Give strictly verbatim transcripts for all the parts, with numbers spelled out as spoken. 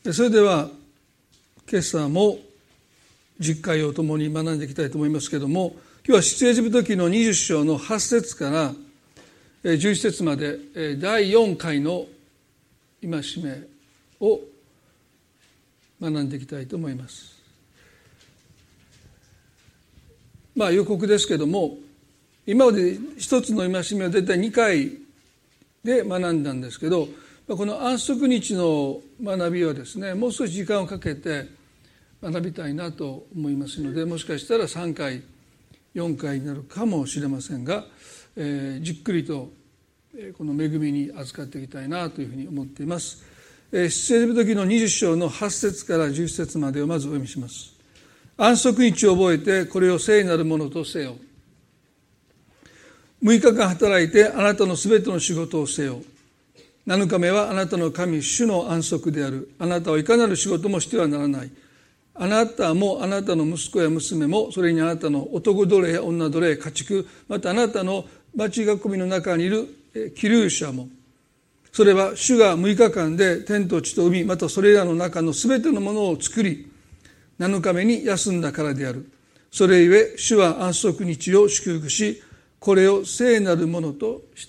それでは今朝も実会を共に学んでいきたいと思いますけれども、今日は出エジプト記のにじゅっ章のはち節からじゅういち節までだいよん回の戒めを学んでいきたいと思います。まあ予告ですけれども、今まで一つの戒めを大体にかいで学んだんですけど、この安息日の学びはですね、もう少し時間をかけて学びたいなと思いますので、もしかしたらさんかいよんかいになるかもしれませんが、えー、じっくりとこの恵みに預かっていきたいなというふうに思っています。出エジプト記のにじゅっ章のはち節からじゅういち節までをまずお読みします。安息日を覚えてこれを聖なるものとせよ。むいかかん働いてあなたのすべての仕事をせよ。なのかめはあなたの神主の安息である。あなたはいかなる仕事もしてはならない。あなたもあなたの息子や娘も、それにあなたの男奴隷や女奴隷、家畜、またあなたの町囲みの中にいる寄留者も、それは主がむいかかんで天と地と海、またそれらの中のすべてのものを作り、なのかめに休んだからである。それゆえ主は安息日を祝福し、これを聖なるものとした。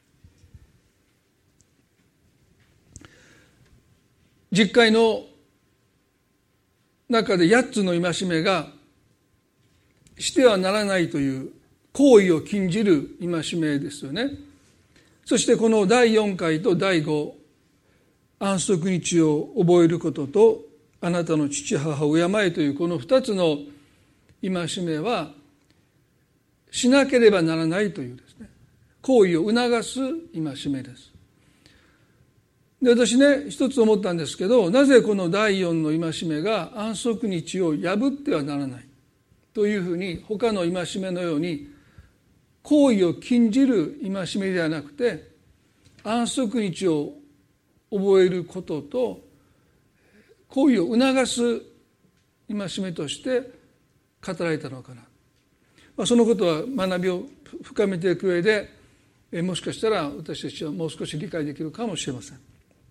実会の中でやっつの戒めがしてはならないという行為を禁じる戒めですよね。そしてこのだいよん回とだいご、安息日を覚えることとあなたの父母を敬えというこの二つの戒めはしなければならないというですね、行為を促す戒めです。で、私ね、一つ思ったんですけど、なぜこのだいよんの戒めが安息日を破ってはならないというふうに他の戒めのように行為を禁じる戒めではなくて、安息日を覚えることと行為を促す戒めとして語られたのかな。まあ、そのことは学びを深めていく上で、もしかしたら私たちはもう少し理解できるかもしれません。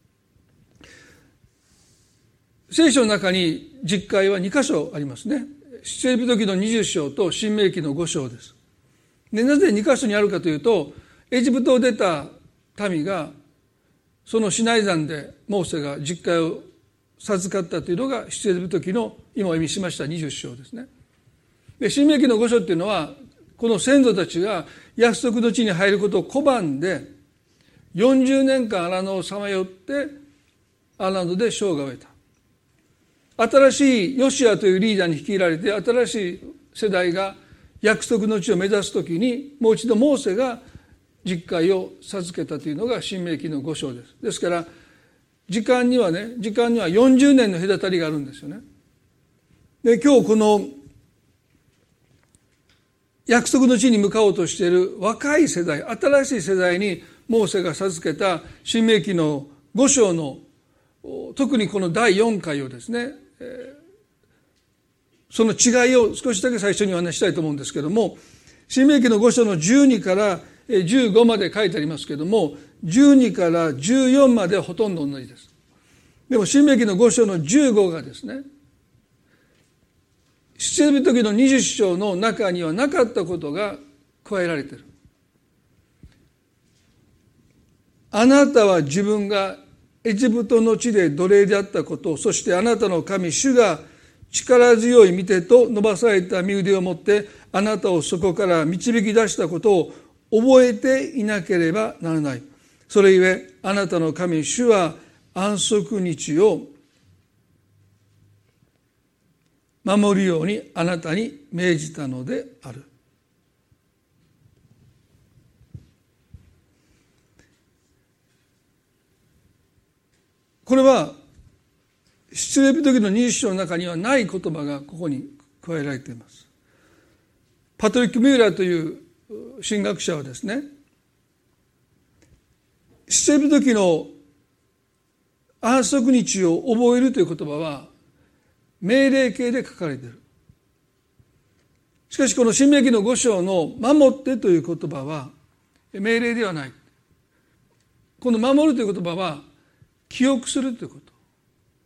聖書の中に実会はに箇所ありますね。出エジプト記のにじゅっ章と申命記のご章です。で、なぜに箇所にあるかというと、エジプトを出た民がそのシナイ山でモーセが実会を授かったというのが出エジプト記の今お読みしましたにじゅっ章ですね。で、申命記のご章っていうのはこの先祖たちが約束の地に入ることを拒んでよんじゅうねんかん荒野をさまよって荒野で生涯を得た。新しいヨシアというリーダーに率いられて新しい世代が約束の地を目指すときにもう一度モーセが実会を授けたというのが申命記のご章です。ですから時間にはね、時間にはよんじゅうねんの隔たりがあるんですよね。で、今日この約束の地に向かおうとしている若い世代、新しい世代にモーセが授けた申命記のご章の特にこのだいよん回をですね、その違いを少しだけ最初にお話したいと思うんですけども、申命記のご章のじゅうにからじゅうごまで書いてありますけども、じゅうにからじゅうよんまではほとんど同じです。でも申命記のご章のじゅうごがですね、出エジプト記のにじゅっ章の中にはなかったことが加えられている。あなたは自分がエジプトの地で奴隷であったこと、そしてあなたの神主が力強い御手と伸ばされた身腕を持ってあなたをそこから導き出したことを覚えていなければならない。それゆえあなたの神主は安息日を守るようにあなたに命じたのである。これは出エジプト記のにじゅっ章の中にはない言葉がここに加えられています。パトリック・ミューラーという神学者はですね、出エジプト記の安息日を覚えるという言葉は命令形で書かれている。しかしこの申命記のご章の守ってという言葉は命令ではない。この守るという言葉は記憶するということ。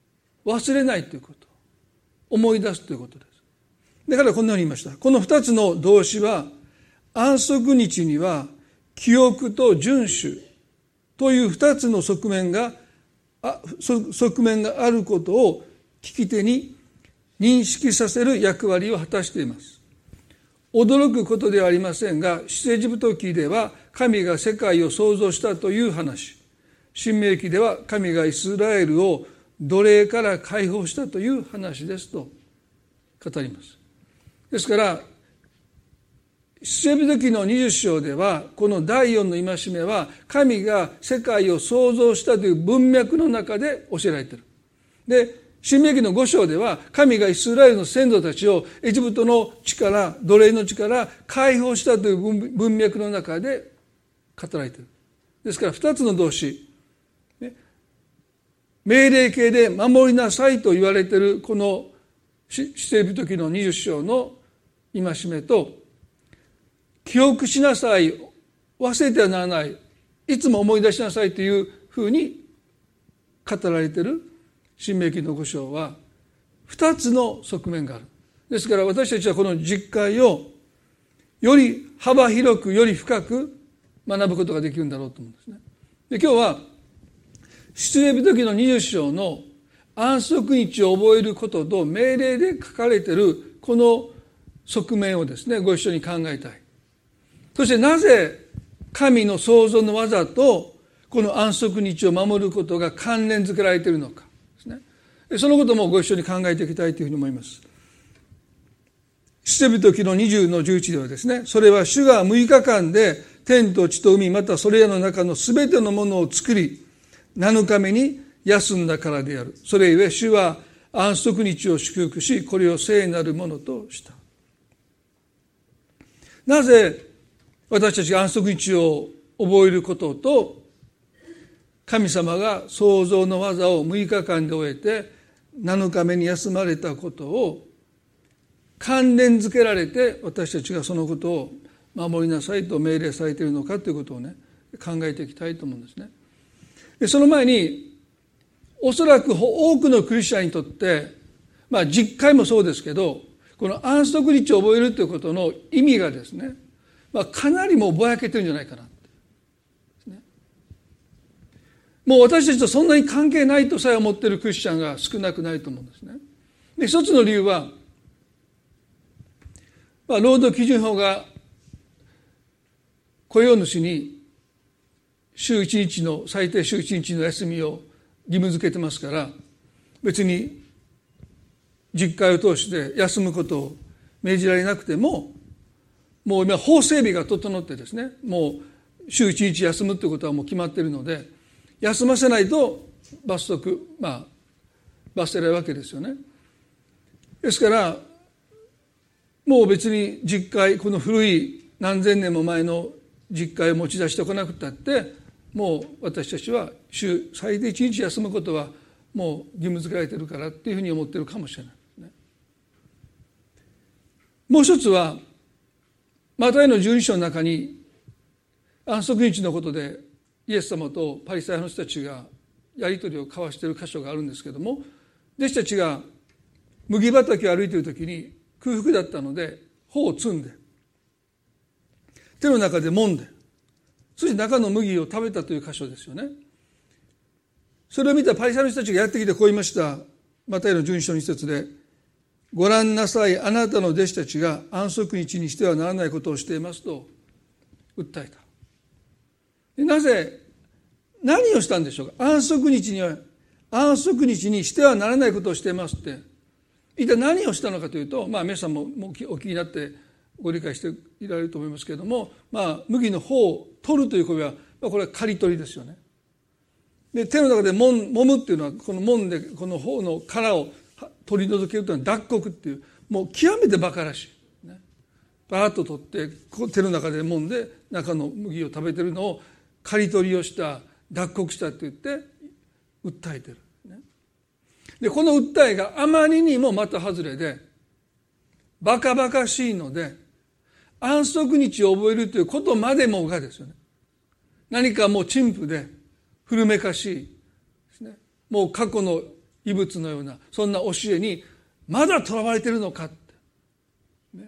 忘れないということ、思い出すということです。だからこんなふうに言いました。この二つの動詞は、安息日には記憶と遵守という二つの側面があ側面があることを聞き手に認識させる役割を果たしています。驚くことではありませんが、出エジプト記では神が世界を創造したという話、申命記では神がイスラエルを奴隷から解放したという話ですと語ります。ですから出エジプト記のにじゅっ章ではこのだいよんの戒めは神が世界を創造したという文脈の中で教えられている。で申命記のご章では神がイスラエルの先祖たちをエジプトの地から奴隷の地から解放したという文脈の中で語られている。ですから二つの動詞、ね、命令形で守りなさいと言われているこの出エジプト記のにじゅっ章の戒めと、記憶しなさい、忘れてはならない、いつも思い出しなさいというふうに語られている申命記のご章は二つの側面がある。ですから私たちはこの実会をより幅広くより深く学ぶことができるんだろうと思うんですね。で今日は出エジプト記のにじゅっ章の安息日を覚えることと命令で書かれているこの側面をですねご一緒に考えたい。そしてなぜ神の創造の技とこの安息日を守ることが関連づけられているのかですね。そのこともご一緒に考えていきたいというふうに思います。出エジプト記のにじゅうのじゅういちではですね、それは主がむいかかんで天と地と海またそれらの中のすべてのものを作りなのかめに休んだからである。それゆえ主は安息日を祝福しこれを聖なるものとした。なぜ私たちが安息日を覚えることと神様が創造の技をむいかかんで終えてなのかめに休まれたことを関連づけられて私たちがそのことを守りなさいと命令されているのかということをね考えていきたいと思うんですね。でその前におそらく多くのクリスチャンにとってまあ実会もそうですけどこの安息日を覚えるということの意味がですね、まあ、かなりもうぼやけてるんじゃないかなですね。もう私たちとそんなに関係ないとさえ思っているクリスチャンが少なくないと思うんですね。で一つの理由は、まあ、労働基準法が雇用主に週一日の最低週一日の休みを義務付けてますから別に実会を通して休むことを命じられなくてももう今法整備が整ってですねもう週一日休むということはもう決まっているので休ませないと罰則まあ罰せられるわけですよね。ですからもう別に実会この古い何千年も前の実会を持ち出しておかなくたってもう私たちは週最低一日休むことはもう義務付けられているからっていうふうに思っているかもしれないですね。もう一つはマタイのじゅうに章の中に安息日のことでイエス様とパリサイ派の人たちがやり取りを交わしている箇所があるんですけども、弟子たちが麦畑を歩いている時に空腹だったので穂を摘んで手の中で揉んでそして中の麦を食べたという箇所ですよね。それを見たパリサイの人たちがやってきてこう言いました。マタイのじゅうに章の一節でご覧なさいあなたの弟子たちが安息日にしてはならないことをしていますと訴えた。でなぜ何をしたんでしょうか。安息日には安息日にしてはならないことをしていますって一体何をしたのかというと、まあ皆さんももうお気になってご理解していられると思いますけれども、まあ麦の穂を取るという行為は、まあ、これは刈り取りですよね。で手の中でもん揉むっていうのはこの揉んでこの穂の殻を取り除けるというのは脱穀っていうもう極めて馬鹿らしい、ね、バーッと取って手の中で揉んで中の麦を食べてるのを刈り取りをした脱穀したって言って訴えてる、ね、でこの訴えがあまりにも的外れでバカバカしいので安息日を覚えるということまでもがですよね何かもう陳腐で古めかしいですね。もう過去の異物のようなそんな教えにまだとらわれているのかって、ね、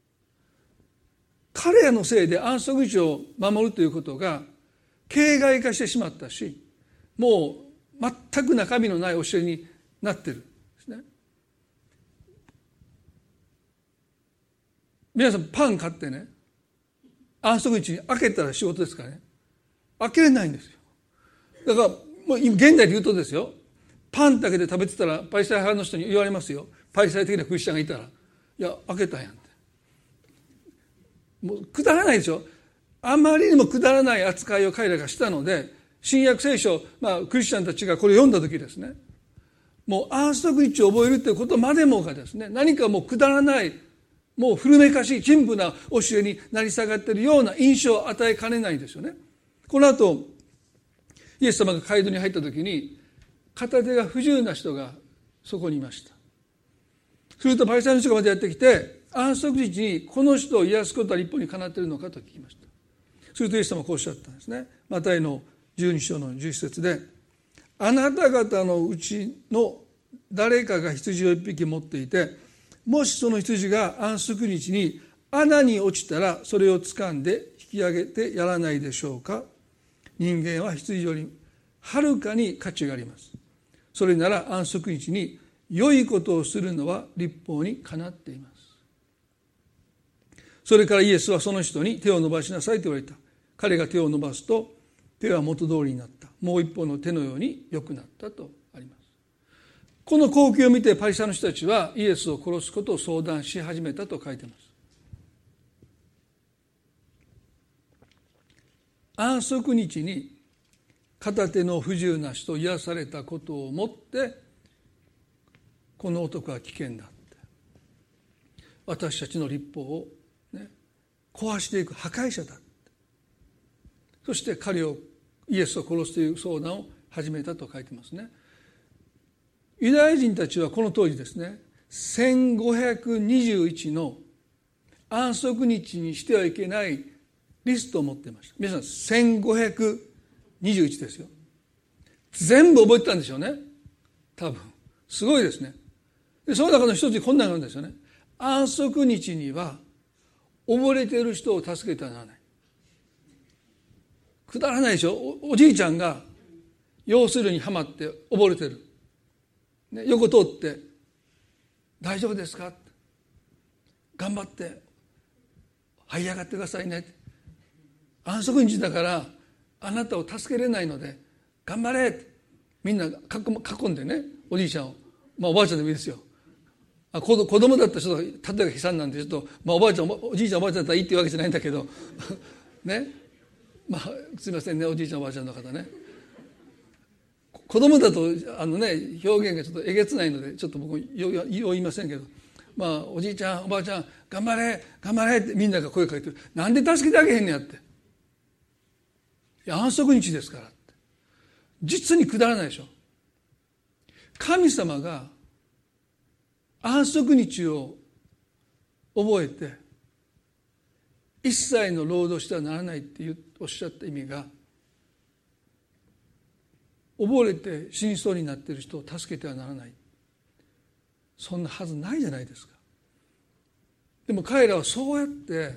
彼らのせいで安息日を守るということが形骸化してしまったし、もう全く中身のない教えになっているんですね。皆さんパン買ってね、安息日に開けたら仕事ですからね、開けれないんですよ。だからもう現代で言うとですよ、パンだけで食べてたらパリサイ派の人に言われますよ。パリサイ的なクリスチャンがいたら、いや開けたんやんって、もうくだらないでしょ。あまりにもくだらない扱いを彼らがしたので、新約聖書、まあ、クリスチャンたちがこれを読んだ時ですね、もう安息日を覚えるということまでもがですね、何かもうくだらない、もう古めかしい陳腐な教えになり下がっているような印象を与えかねないんですよね。この後イエス様が街道に入った時に、片手が不自由な人がそこにいました。するとパリサイの人がまでやってきて、安息日にこの人を癒すことは立法にかなっているのかと聞きました。するとイエス様はこうおっしゃったんですね。マタイのじゅうに章のじゅういち節で、あなた方のうちの誰かが羊を一匹持っていて、もしその羊が安息日に穴に落ちたら、それを掴んで引き上げてやらないでしょうか。人間は羊よりはるかに価値があります。それなら安息日に良いことをするのは律法にかなっています。それからイエスはその人に手を伸ばしなさいと言われた。彼が手を伸ばすと手は元通りになった。もう一方の手のように良くなったとあります。この光景を見てパリサイの人たちはイエスを殺すことを相談し始めたと書いています。安息日に片手の不自由な人を癒されたことをもって、この男は危険だって、私たちの律法を、ね、壊していく破壊者だって、そして彼をイエスを殺すという相談を始めたと書いてますね。ユダヤ人たちはこの当時ですね、せんごひゃくにじゅういちの安息日にしてはいけないリストを持っていました。皆さんせんごひゃくにじゅういちですよ。全部覚えてたんでしょうね、多分。すごいですね。でその中の一つにこんなのがあるんですよね。安息日には溺れている人を助けてはならない。くだらないでしょ。 お, おじいちゃんが用水路にはまって溺れてる、ね、横通って大丈夫ですか、頑張って這い上がってくださいね、安息日だからあなたを助けれないので頑張れって、みんな囲んでね、おじいちゃんを、まあおばあちゃんでもいいですよ。あ子供だったらちょっと例えが悲惨なんで、ちょっと、まあ、おばあちゃんおじいちゃんおばあちゃんだったらいいっていうわけじゃないんだけどね、まあすみませんね、おじいちゃんおばあちゃんの方ね、子供だとあのね表現がちょっとえげつないのでちょっと僕よよ言いませんけど、まあおじいちゃんおばあちゃん頑張れ頑張れってみんなが声かけてる。なんで助けてあげへんねやって、いや安息日ですからって。実にくだらないでしょ。神様が安息日を覚えて一切の労働してはならないっておっしゃった意味が、溺れて死にそうになっている人を助けてはならない、そんなはずないじゃないですか。でも彼らはそうやって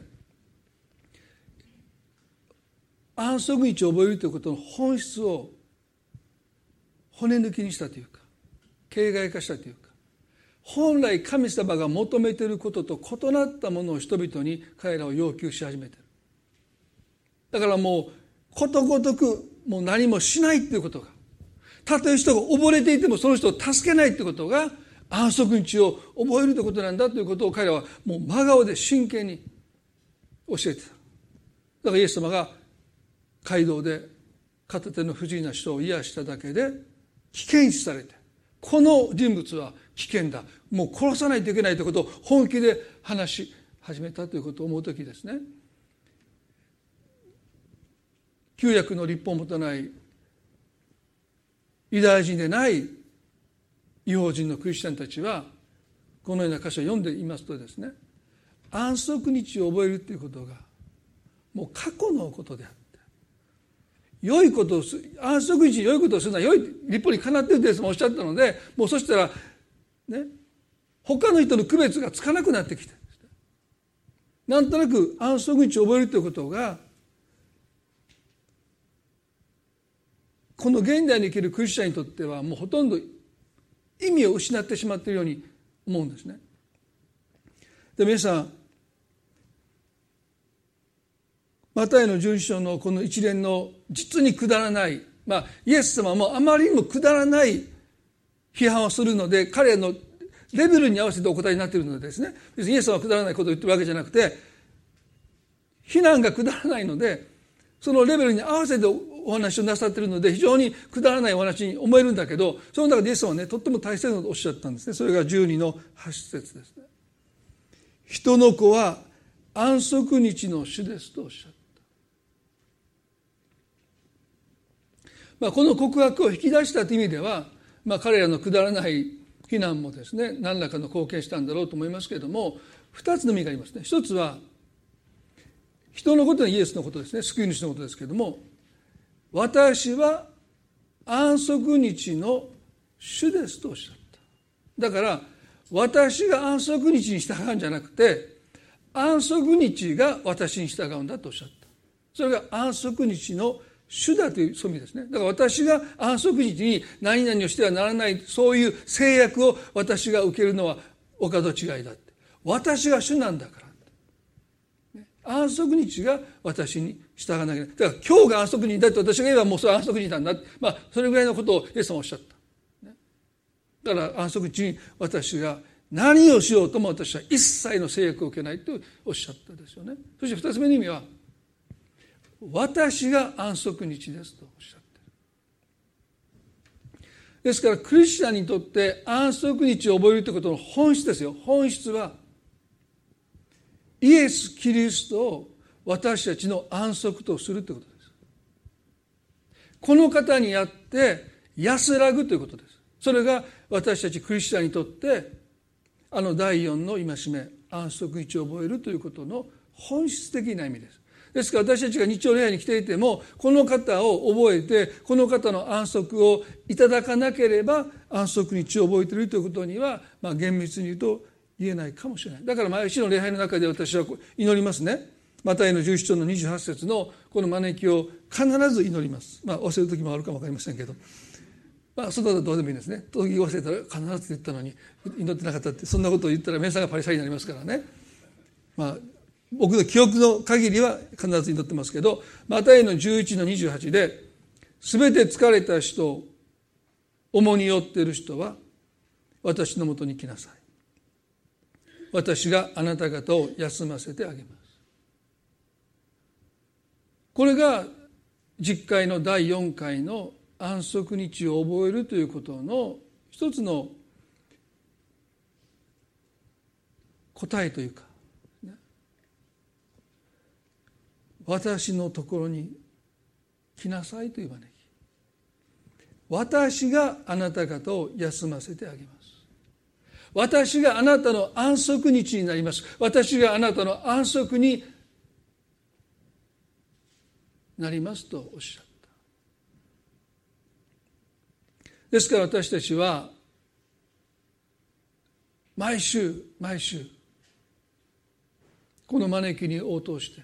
安息日を覚えるということの本質を骨抜きにしたというか、形骸化したというか、本来神様が求めていることと異なったものを人々に彼らを要求し始めている。だからもうことごとくもう何もしないということが、たとえ人が溺れていてもその人を助けないということが安息日を覚えるということなんだということを彼らはもう真顔で真剣に教えてた。だからイエス様が街道で片手の不自由な人を癒しただけで危険視されて、この人物は危険だ、もう殺さないといけないということを本気で話し始めたということを思うときですね、旧約の律法を持たないユダヤ人でない異邦人のクリスチャンたちはこのような箇所を読んでいますとですね、安息日を覚えるということがもう過去のことであって、 良いことをす安息日に良いことをするのは良い立法にかなっているとイエスもおっしゃったので、もうそしたらね、他の人の区別がつかなくなってきて、なんとなく安息日を覚えるということがこの現代に生きるクリスチャンにとってはもうほとんど意味を失ってしまっているように思うんですね。で、皆さん、マタイのじゅういち章のこの一連の実にくだらない、まあイエス様もあまりにもくだらない批判をするので、彼のレベルに合わせてお答えになっているのでですね、別にイエス様はくだらないことを言ってるわけじゃなくて、非難がくだらないので、そのレベルに合わせてお話をなさっているので、非常にくだらないお話に思えるんだけど、その中でイエス様はね、とっても大切なことをおっしゃったんですね。それがじゅうにのはち節ですね。人の子は安息日の主ですとおっしゃった。まあ、この告白を引き出したという意味では、まあ、彼らのくだらない非難もですね、何らかの貢献したんだろうと思いますけれども、二つの意味がありますね。一つは人のことはイエスのことですね、救い主のことですけれども、私は安息日の主ですとおっしゃった。だから私が安息日に従うんじゃなくて、安息日が私に従うんだとおっしゃった。それが安息日の主だというそういう意味ですね。だから私が安息日に何々をしてはならない、そういう制約を私が受けるのはお門違いだって。私が主なんだから。安息日が私に従わなきゃいけない。だから今日が安息日だって私が言えばもうそれは安息日なんだ。まあそれぐらいのことをイエス様はおっしゃった。だから安息日に私が何をしようとも私は一切の制約を受けないとおっしゃったですよね。そして二つ目の意味は、私が安息日ですとおっしゃっている。ですからクリスチャンにとって安息日を覚えるということの本質ですよ。本質はイエス・キリストを私たちの安息とするということです。この方にあって安らぐということです。それが私たちクリスチャンにとってあのだいよんの戒め、安息日を覚えるということの本質的な意味です。ですから私たちが日曜礼拝に来ていても、この方を覚えてこの方の安息をいただかなければ安息日を覚えているということには、まあ、厳密に言うと言えないかもしれない。だから毎日の礼拝の中で私は祈りますね。マタイのじゅういち章のにじゅうはち節のこの招きを必ず祈ります。まあ忘れる時もあるかも分かりませんけど、まあそのことはどうでもいいですね。時忘れたら必ず言ったのに祈ってなかったって、そんなことを言ったら皆さんがパリサイになりますからね。まあ僕の記憶の限りは必ず祈ってますけど、マタイのじゅういちのにじゅうはちで、すべて疲れた人、重荷を負っている人は私のもとに来なさい。私があなた方を休ませてあげます。これが実会のだいよん回の安息日を覚えるということの一つの答えというか、私のところに来なさいという招き。私があなた方を休ませてあげます。私があなたの安息日になります。私があなたの安息になりますとおっしゃった。ですから私たちは毎週毎週この招きに応答して、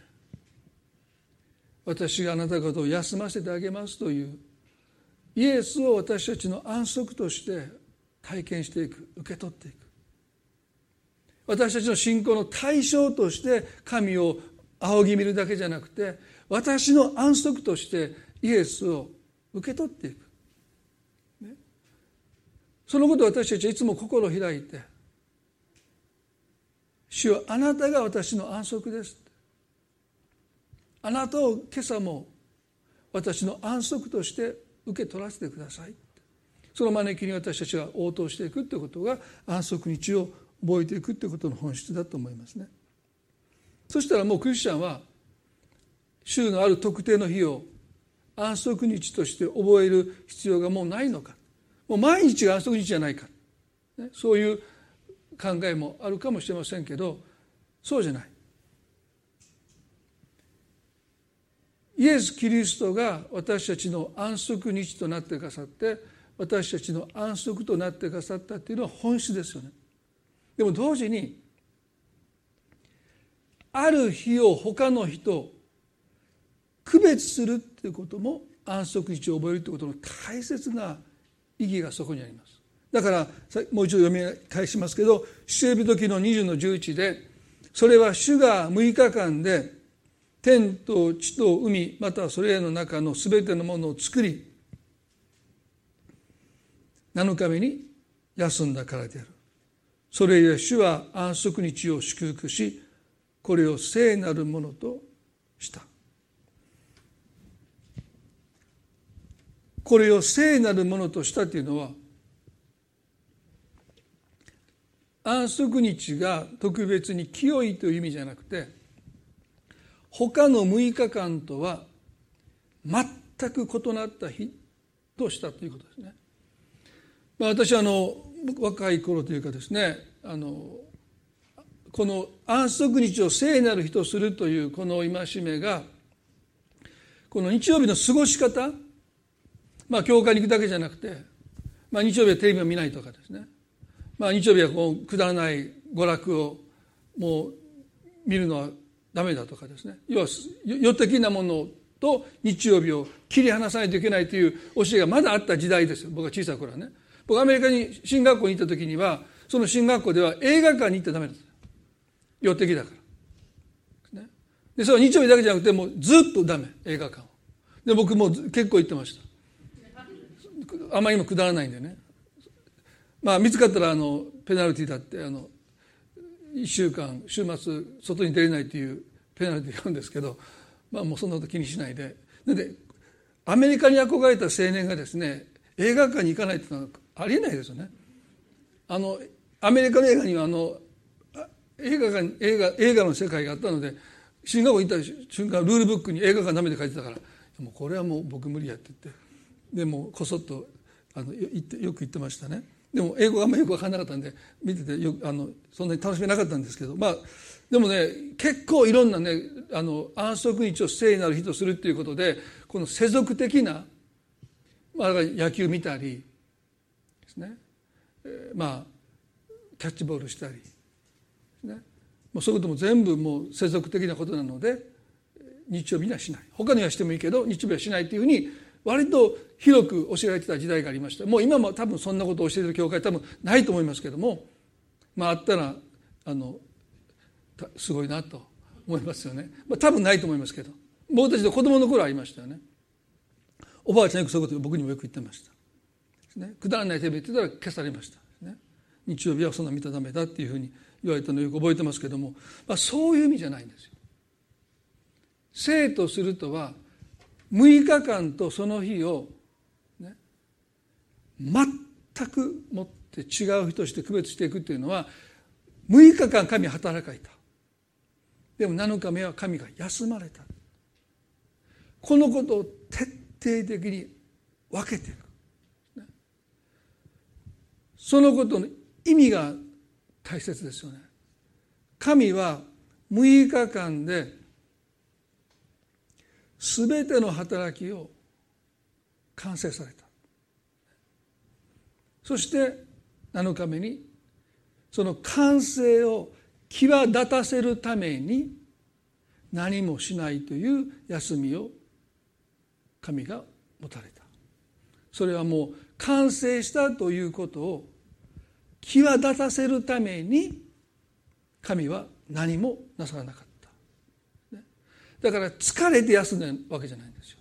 私があなた方を休ませてあげますというイエスを私たちの安息として体験していく、受け取っていく。私たちの信仰の対象として神を仰ぎ見るだけじゃなくて、私の安息としてイエスを受け取っていく、ね、そのことを私たちはいつも心を開いて、主よあなたが私の安息です、あなたを今朝も私の安息として受け取らせてください。その招きに私たちが応答していくということが安息日を覚えていくということの本質だと思いますね。そしたらもうクリスチャンは週のある特定の日を安息日として覚える必要がもうないのか、もう毎日が安息日じゃないか、ね、そういう考えもあるかもしれませんけど、そうじゃない。 イエス・キリストが私たちの安息日となってくださって、私たちの安息となってくださったっていうのは本質ですよね。でも同時にある日を他の日と区別するっていうことも、安息日を覚えるということの大切な意義がそこにあります。だからもう一度読み返しますけど、出エジプト記のにじゅうのじゅういちで、それは主がむいかかんで天と地と海、またそれらの中のすべてのものを作り、なのかめに休んだからである。それゆえ主は安息日を祝福し、これを聖なるものとした。これを聖なるものとしたというのは、安息日が特別に清いという意味じゃなくて、他のむいかかんとは全く異なった日としたということですね。まあ、私はあの若い頃というかですね、あのこの安息日を聖なる日とするというこの戒めが、この日曜日の過ごし方、まあ教会に行くだけじゃなくて、まあ、日曜日はテレビを見ないとかですね、まあ、日曜日はこうくだらない娯楽をもう見るのはダメだとかですね、要は世的なものと日曜日を切り離さないといけないという教えがまだあった時代ですよ。僕が小さい頃はね。僕アメリカに進学校に行った時には、その進学校では映画館に行ってダメだった。世的だから。で、それは日曜日だけじゃなくて、もうずっとダメ、映画館を。で、僕も結構行ってました。あまりにもくだらないんでね。まあ見つかったらあのペナルティだって、あのいっしゅうかん週末外に出れないというペナルティがあるんですけど、まあもうそんなこと気にしないで。で、アメリカに憧れた青年がですね、映画館に行かないってのはありえないですよね。あのアメリカの映画にはあの映画館映画映画の世界があったので、進学校行った瞬間ルールブックに映画館ダメで書いてたから、もうこれはもう僕無理やって言って、でもこそっとあの言ってよく言ってましたね。でも英語があんまりよく分からなかったんで見ててよあのそんなに楽しめなかったんですけど、まあでもね、結構いろんなね、あの安息日を聖なる日とするっていうことで、この世俗的な、まあ、野球見たりですね、えー、まあキャッチボールしたりですね、もうそういうことも全部もう世俗的なことなので日曜日にはしない、他にはしてもいいけど日曜日はしないというふうに割と広く教えられてた時代がありました。もう今も多分そんなことを教えている教会多分ないと思いますけども、まああったらあのすごいなと思いますよね。まあ、多分ないと思いますけど、僕たちの子供の頃ありましたよね。おばあちゃんよくそういうこと僕にもよく言ってました、ね、くだらないテレビって言ったら消されました、ね、日曜日はそんな見たらダメだっていうふうに言われたのをよく覚えてますけども、まあ、そういう意味じゃないんですよ。聖とするとはむいかかんとその日を、ね、全くもって違う日として区別していくというのは、むいかかん神は働かれた。でもなのかめは神が休まれた。このことを徹底的に分けていく。そのことの意味が大切ですよね。神はむいかかんですべての働きを完成された。そしてなのかめにその完成を際立たせるために何もしないという休みを神が持たれた。それはもう完成したということを際立たせるために神は何もなさらなかった。だから疲れて休んだわけじゃないんですよ。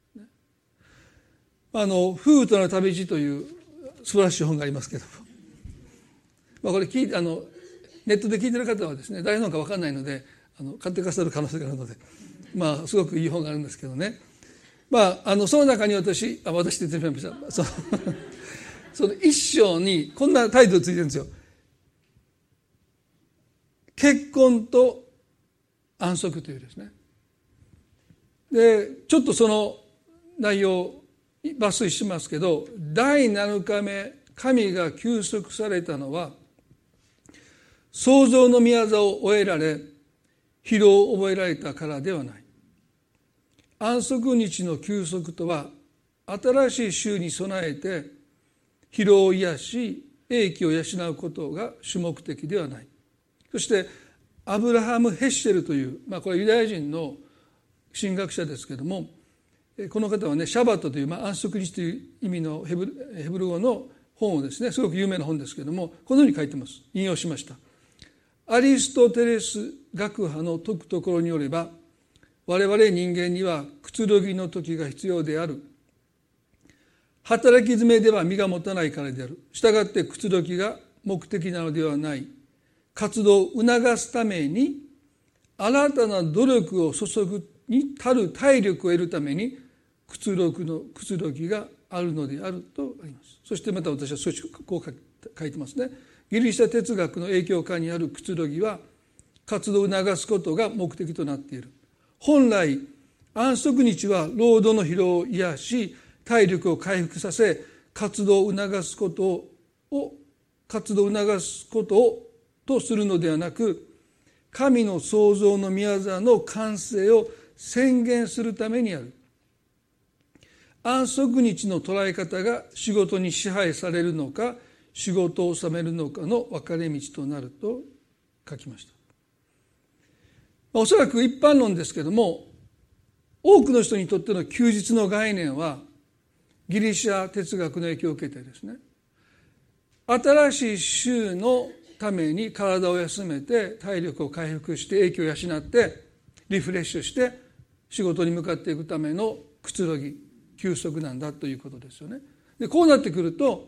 あのフートの旅路という素晴らしい本がありますけども、まあ、これ聞いあのネットで聞いてる方はですね、誰のか分かんないのであの買ってくださる可能性があるので、まあすごくいい本があるんですけどね、まああのその中に私あ私って言ってしまいました。そのその一章にこんなタイトルついてるんですよ。結婚と安息というですね。でちょっとその内容抜粋しますけど、第なのかめ神が休息されたのは創造の御業を終えられ疲労を覚えられたからではない。 安息日の休息とは新しい週に備えて疲労を癒し英気を養うことが主目的ではない。そしてアブラハム・ヘッシェルという、まあ、これはユダヤ人の神学者ですけれども、この方はねシャバットという、まあ、安息日という意味のヘブル、ヘブル語の本をですね、すごく有名な本ですけれども、このように書いてます。引用しました。アリストテレス学派の説くところによれば、我々人間にはくつろぎの時が必要である。働き詰めでは身が持たないからである。したがってくつろぎが目的なのではない。活動を促すために新たな努力を注ぐに足る体力を得るためにくつろぎのくつろぎがあるのであるとあります。そしてまた私はそうこう書いてますね。ギリシャ哲学の影響下にあるくつろぎは活動を促すことが目的となっている。本来安息日は労働の疲労を癒し体力を回復させ活動を促すことを活動を促すことをとするのではなく、神の創造の御業の完成を宣言するためにある。安息日の捉え方が仕事に支配されるのか仕事を収めるのかの分かれ道となると書きました。おそらく一般論ですけれども、多くの人にとっての休日の概念はギリシャ哲学の影響を受けてですね、新しい週のために体を休めて体力を回復して英気を養ってリフレッシュして仕事に向かっていくためのくつろぎ休息なんだということですよね。でこうなってくると、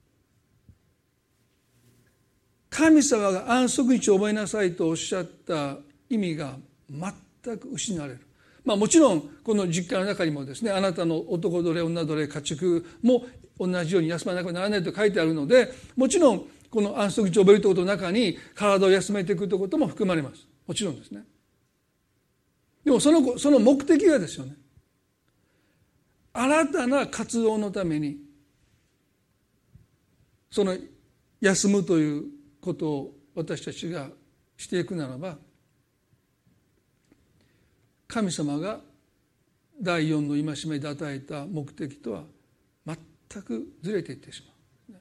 神様が安息日を覚えなさいとおっしゃった意味が全く失われる。まあもちろんこの実家の中にもですね、あなたの男奴隷女奴隷家畜も同じように休まなくならないと書いてあるので、もちろんこの安息日を覚えるということの中に体を休めていくということも含まれます。もちろんですね。でもそのその目的がですよね、新たな活動のためにその休むということを私たちがしていくならば、神様が第四の戒めで与えた目的とは全くずれていってしまう。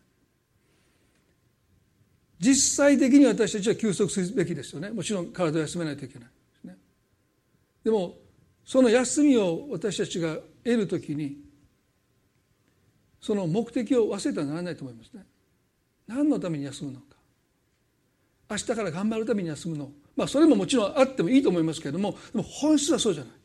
実際的に私たちは休息するべきですよね。もちろん体を休めないといけないですね。でもその休みを私たちが得るときにその目的を忘れてはならないと思いますね。何のために休むのか、明日から頑張るために休むの、まあそれももちろんあってもいいと思いますけれども、でも本質はそうじゃない。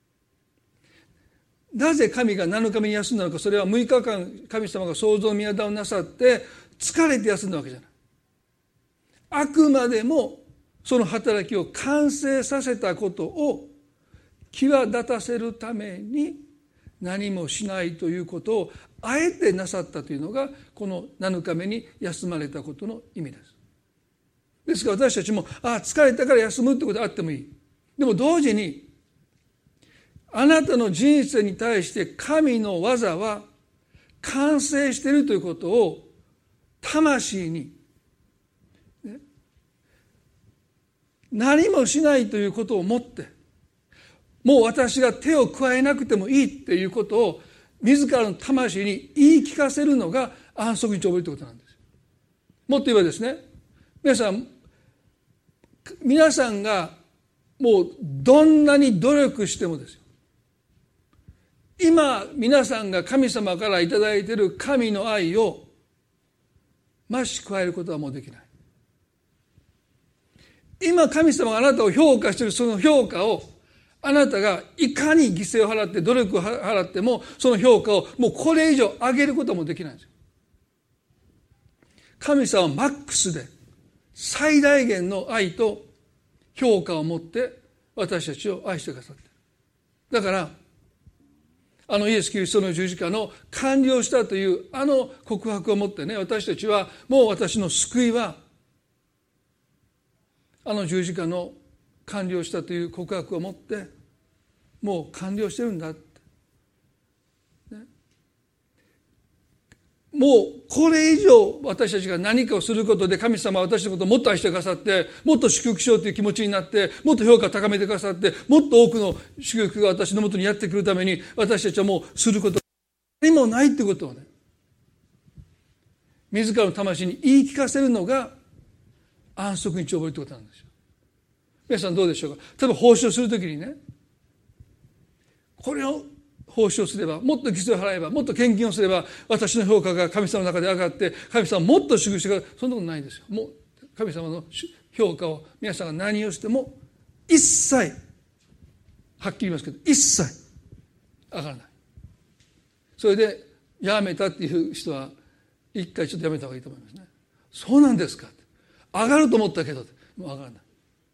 なぜ神がなのかめに休んだのか、それはむいかかん神様が創造の御業をなさって疲れて休んだわけじゃない。あくまでもその働きを完成させたことを際立たせるために何もしないということをあえてなさったというのがこのなのかめに休まれたことの意味です。ですから私たちもああ疲れたから休むってことはあってもいい。でも同時にあなたの人生に対して神の技は完成しているということを魂に何もしないということをもって、もう私が手を加えなくてもいいっていうことを自らの魂に言い聞かせるのが安息日を覚えるということなんです。もっと言えばですね、皆さん皆さんがもうどんなに努力してもですよ、今皆さんが神様からいただいている神の愛を増し加えることはもうできない。今神様があなたを評価しているその評価をあなたがいかに犠牲を払って努力を払ってもその評価をもうこれ以上上げることもできないんですよ。神様はマックスで最大限の愛と評価を持って私たちを愛してくださっている。だからあのイエス・キリストの十字架の完了したというあの告白を持ってね、私たちはもう私の救いはあの十字架の完了したという告白を持ってもう完了してるんだって、ね、 もうこれ以上私たちが何かをすることで神様は私のことをもっと愛してくださって、もっと祝福しようという気持ちになって、もっと評価を高めてくださって、もっと多くの祝福が私のもとにやってくるために、私たちはもうすること何もないということをね、自らの魂に言い聞かせるのが安息日を覚えるということなんですよ。皆さんどうでしょうか。例えば奉仕をするときにね、これを奉仕をすれば、もっと犠牲を払えば、もっと献金をすれば、私の評価が神様の中で上がって、神様はもっと祝福してくれる。そんなことないんですよ。もう神様の評価を皆さんが何をしても一切、はっきり言いますけど一切上がらない。それでやめたっていう人は一回ちょっとやめた方がいいと思いますね。そうなんですか。上がると思ったけどもう上がらない。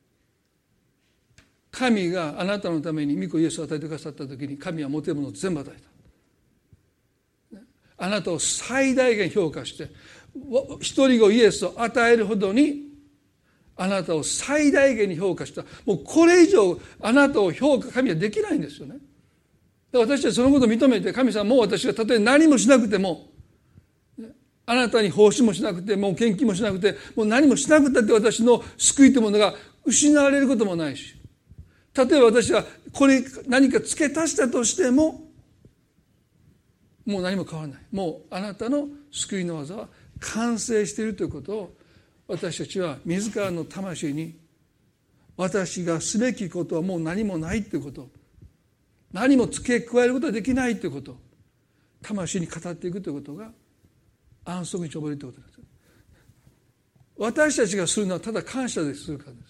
神があなたのために御子イエスを与えてくださったときに、神は持てるものを全部与えた。あなたを最大限評価して、一人子イエスを与えるほどにあなたを最大限に評価した。もうこれ以上あなたを評価神はできないんですよね。私たちそのことを認めて、神様もう私がたとえ何もしなくても、あなたに奉仕もしなくて、もう献金もしなくて、もう何もしなくたって私の救いというものが失われることもないし、例えば私はこれ何か付け足したとしてももう何も変わらない。もうあなたの救いの技は完成しているということを、私たちは自らの魂に、私がすべきことはもう何もないということ、何も付け加えることはできないということを魂に語っていくということが安息日を覚えるということです。私たちがするのはただ感謝でするからです。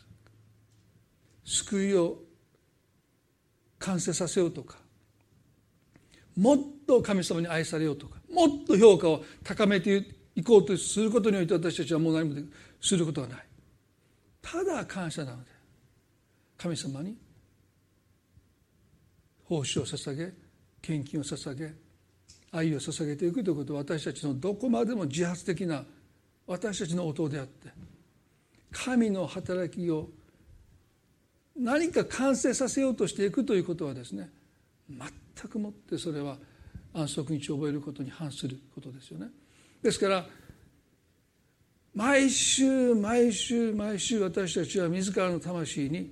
救いを完成させようとか、もっと神様に愛されようとか、もっと評価を高めていこうとすることによって私たちはもう何もすることがない。ただ感謝なので、神様に奉仕を捧げ、献金を捧げ、愛を捧げていくということは、私たちのどこまでも自発的な私たちの応答であって、神の働きを何か完成させようとしていくということはですね、全くもってそれは安息日を覚えることに反することですよね。ですから毎週毎週毎週私たちは自らの魂に、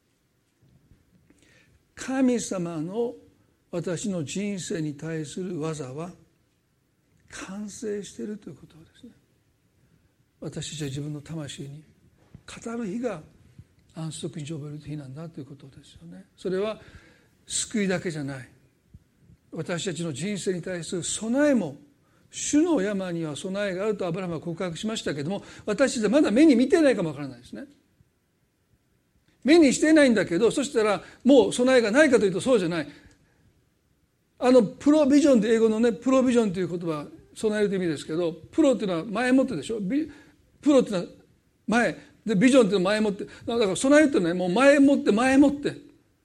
神様の私の人生に対する技は完成しているということをですね、私たちは自分の魂に語る日が安息日を覚える日なんだということですよね。それは救いだけじゃない、私たちの人生に対する備えも、主の山には備えがあるとアブラハムは告白しましたけれども、私たちはまだ目に見てないかもわからないですね。目にしていないんだけど、そしたらもう備えがないかというとそうじゃない。あのプロビジョンという英語のね、プロビジョンという言葉、備えるという意味ですけど、プロというのは前もってでしょ。プロというのは前で、ビジョンというのは前もって、だから備えるというのは、ね、もう前もって前もって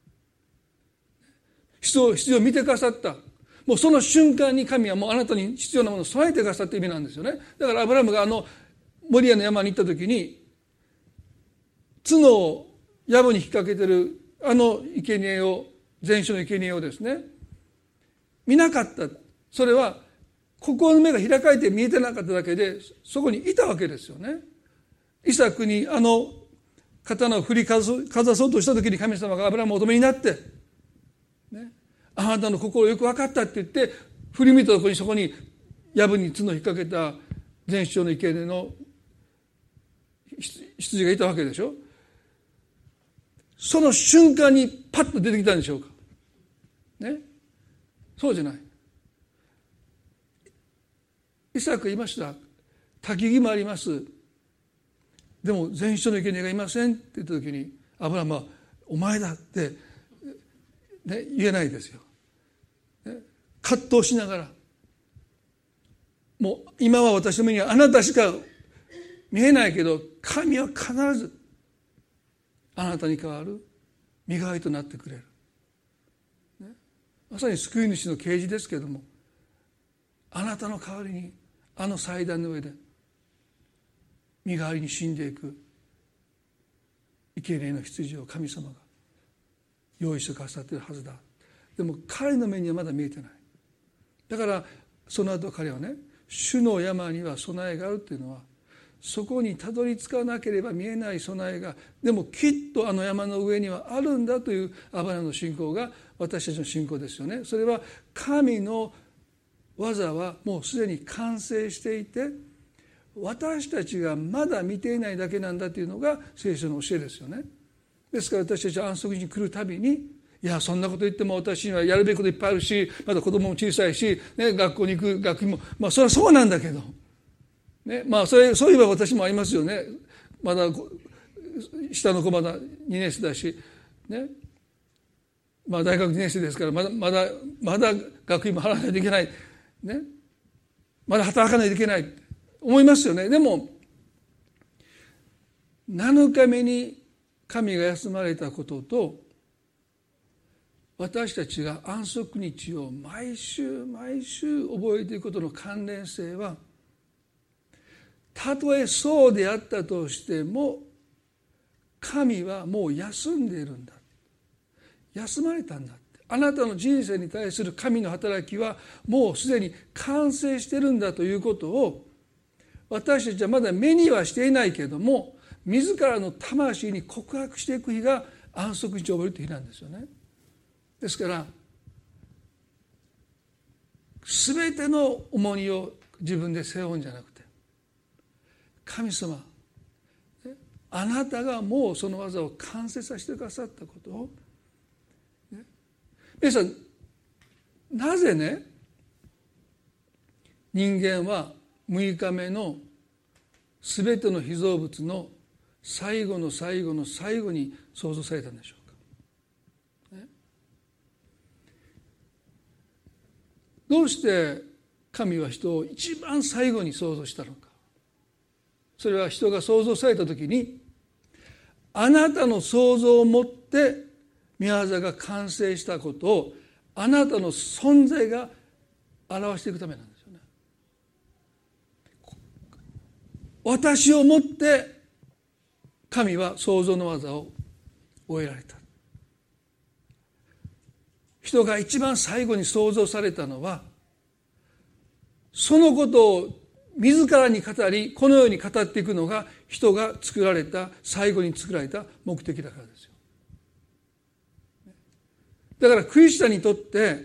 必要必要を見てくださった。もうその瞬間に神はもうあなたに必要なものを備えてくださった意味なんですよね。だからアブラハムがあのモリアの山に行った時に、角を藪に引っ掛けてるあの生贄を、前種の生贄をですね、見なかった。それは心の目が開かれて見えてなかっただけで、そこにいたわけですよね。イサクにあの刀を振りかざそうとした時に、神様がアブラハムをお止めになって、ね、あなたの心よく分かったって言って振り向いたところに、そこに藪に角を引っ掛けた前首の生贄の羊がいたわけでしょ。その瞬間にパッと出てきたんでしょうかね。そうじゃない。イサク言いました。焚き木もあります。でも前首の生贄がいませんって言った時に、アブラハムはお前だって、ね、言えないですよ、ね、葛藤しながら、もう今は私の目にはあなたしか見えないけど、神は必ずあなたに代わる身代わりとなってくれる、ね、まさに救い主の啓示ですけれども、あなたの代わりにあの祭壇の上で身代わりに死んでいく生贄の羊を神様が用意してくださっているはずだ。でも彼の目にはまだ見えてない。だからその後彼はね、 主の山には備えがあるというのは、そこにたどり着かなければ見えない備えが、でもきっとあの山の上にはあるんだというアブラハムの信仰が私たちの信仰ですよね。それは神の技はもうすでに完成していて、私たちがまだ見ていないだけなんだというのが聖書の教えですよね。ですから私たちは安息日に来るたびに、いやそんなこと言っても私にはやるべきこといっぱいあるし、まだ子供も小さいし、ね、学校に行く学費も、まあそれはそうなんだけど、ね、まあそれそういえば私もありますよね。まだ下の子まだにねん生だし、ね、まあ大学にねん生ですからまだまだまだ学費も払わないといけない、ね、まだ働かないといけない思いますよね。でもなのかめに神が休まれたことと、私たちが安息日を毎週毎週覚えていくことの関連性は、たとえそうであったとしても神はもう休んでいるんだ、休まれたんだって、あなたの人生に対する神の働きはもうすでに完成しているんだということを、私たちはまだ目にはしていないけれども自らの魂に告白していく日が安息日を覚えるという日なんですよね。ですから全ての重荷を自分で背負うんじゃなくて、神様あなたがもうその技を完成させてくださったことを、ね、皆さんなぜね人間はむいかめの全ての被造物の最後の最後の最後に創造されたんでしょうか、ね、どうして神は人を一番最後に創造したのか。それは人が創造された時にあなたの創造をもって御業が完成したことをあなたの存在が表していくためなんですよね。私をもって神は創造の技を終えられた。人が一番最後に創造されたのは、そのことを自らに語りこのように語っていくのが人が作られた最後に作られた目的だからですよ。だからクリスチャンにとって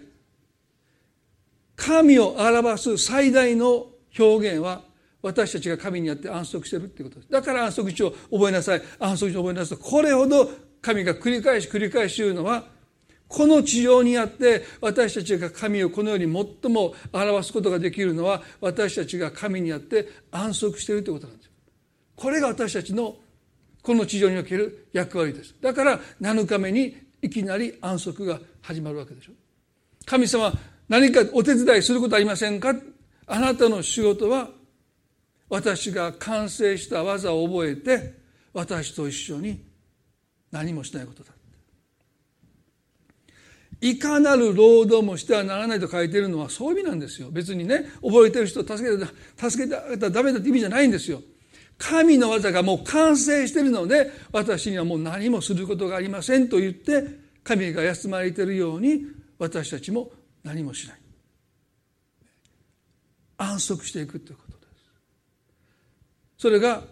神を表す最大の表現は私たちが神にあって安息しているということです。だから安息日を覚えなさい、安息日を覚えなさい、これほど神が繰り返し繰り返し言うのは、この地上にあって私たちが神をこのように最も表すことができるのは、私たちが神にあって安息しているということなんですよ。これが私たちのこの地上における役割です。だからなのかめにいきなり安息が始まるわけでしょ。神様何かお手伝いすることありませんか。あなたの仕事は私が完成した技を覚えて私と一緒に何もしないことだ。いかなる労働もしてはならないと書いているのはそういう意味なんですよ。別にね、覚えてる人を助けた助けてあげたらダメだって意味じゃないんですよ。神の技がもう完成しているので私にはもう何もすることがありませんと言って神が休まれているように私たちも何もしない、安息していくということです。それが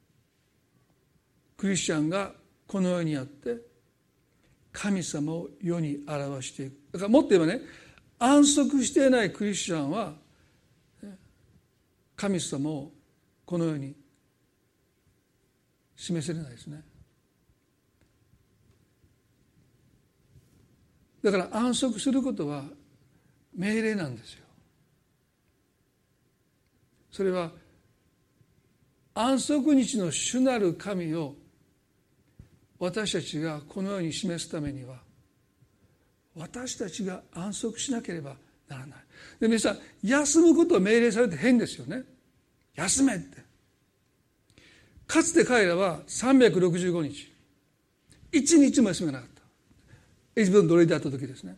クリスチャンがこの世にあって神様を世に表していく。だからもっと言えばね、安息していないクリスチャンは神様をこの世に示せれないですね。だから安息することは命令なんですよ。それは安息日の主なる神を私たちがこのように示すためには私たちが安息しなければならない。で皆さん、休むことを命令されて変ですよね。休めって。かつて彼らはさんびゃくろくじゅうごにち一日も休みがなかった。エジプトの奴隷であった時ですね。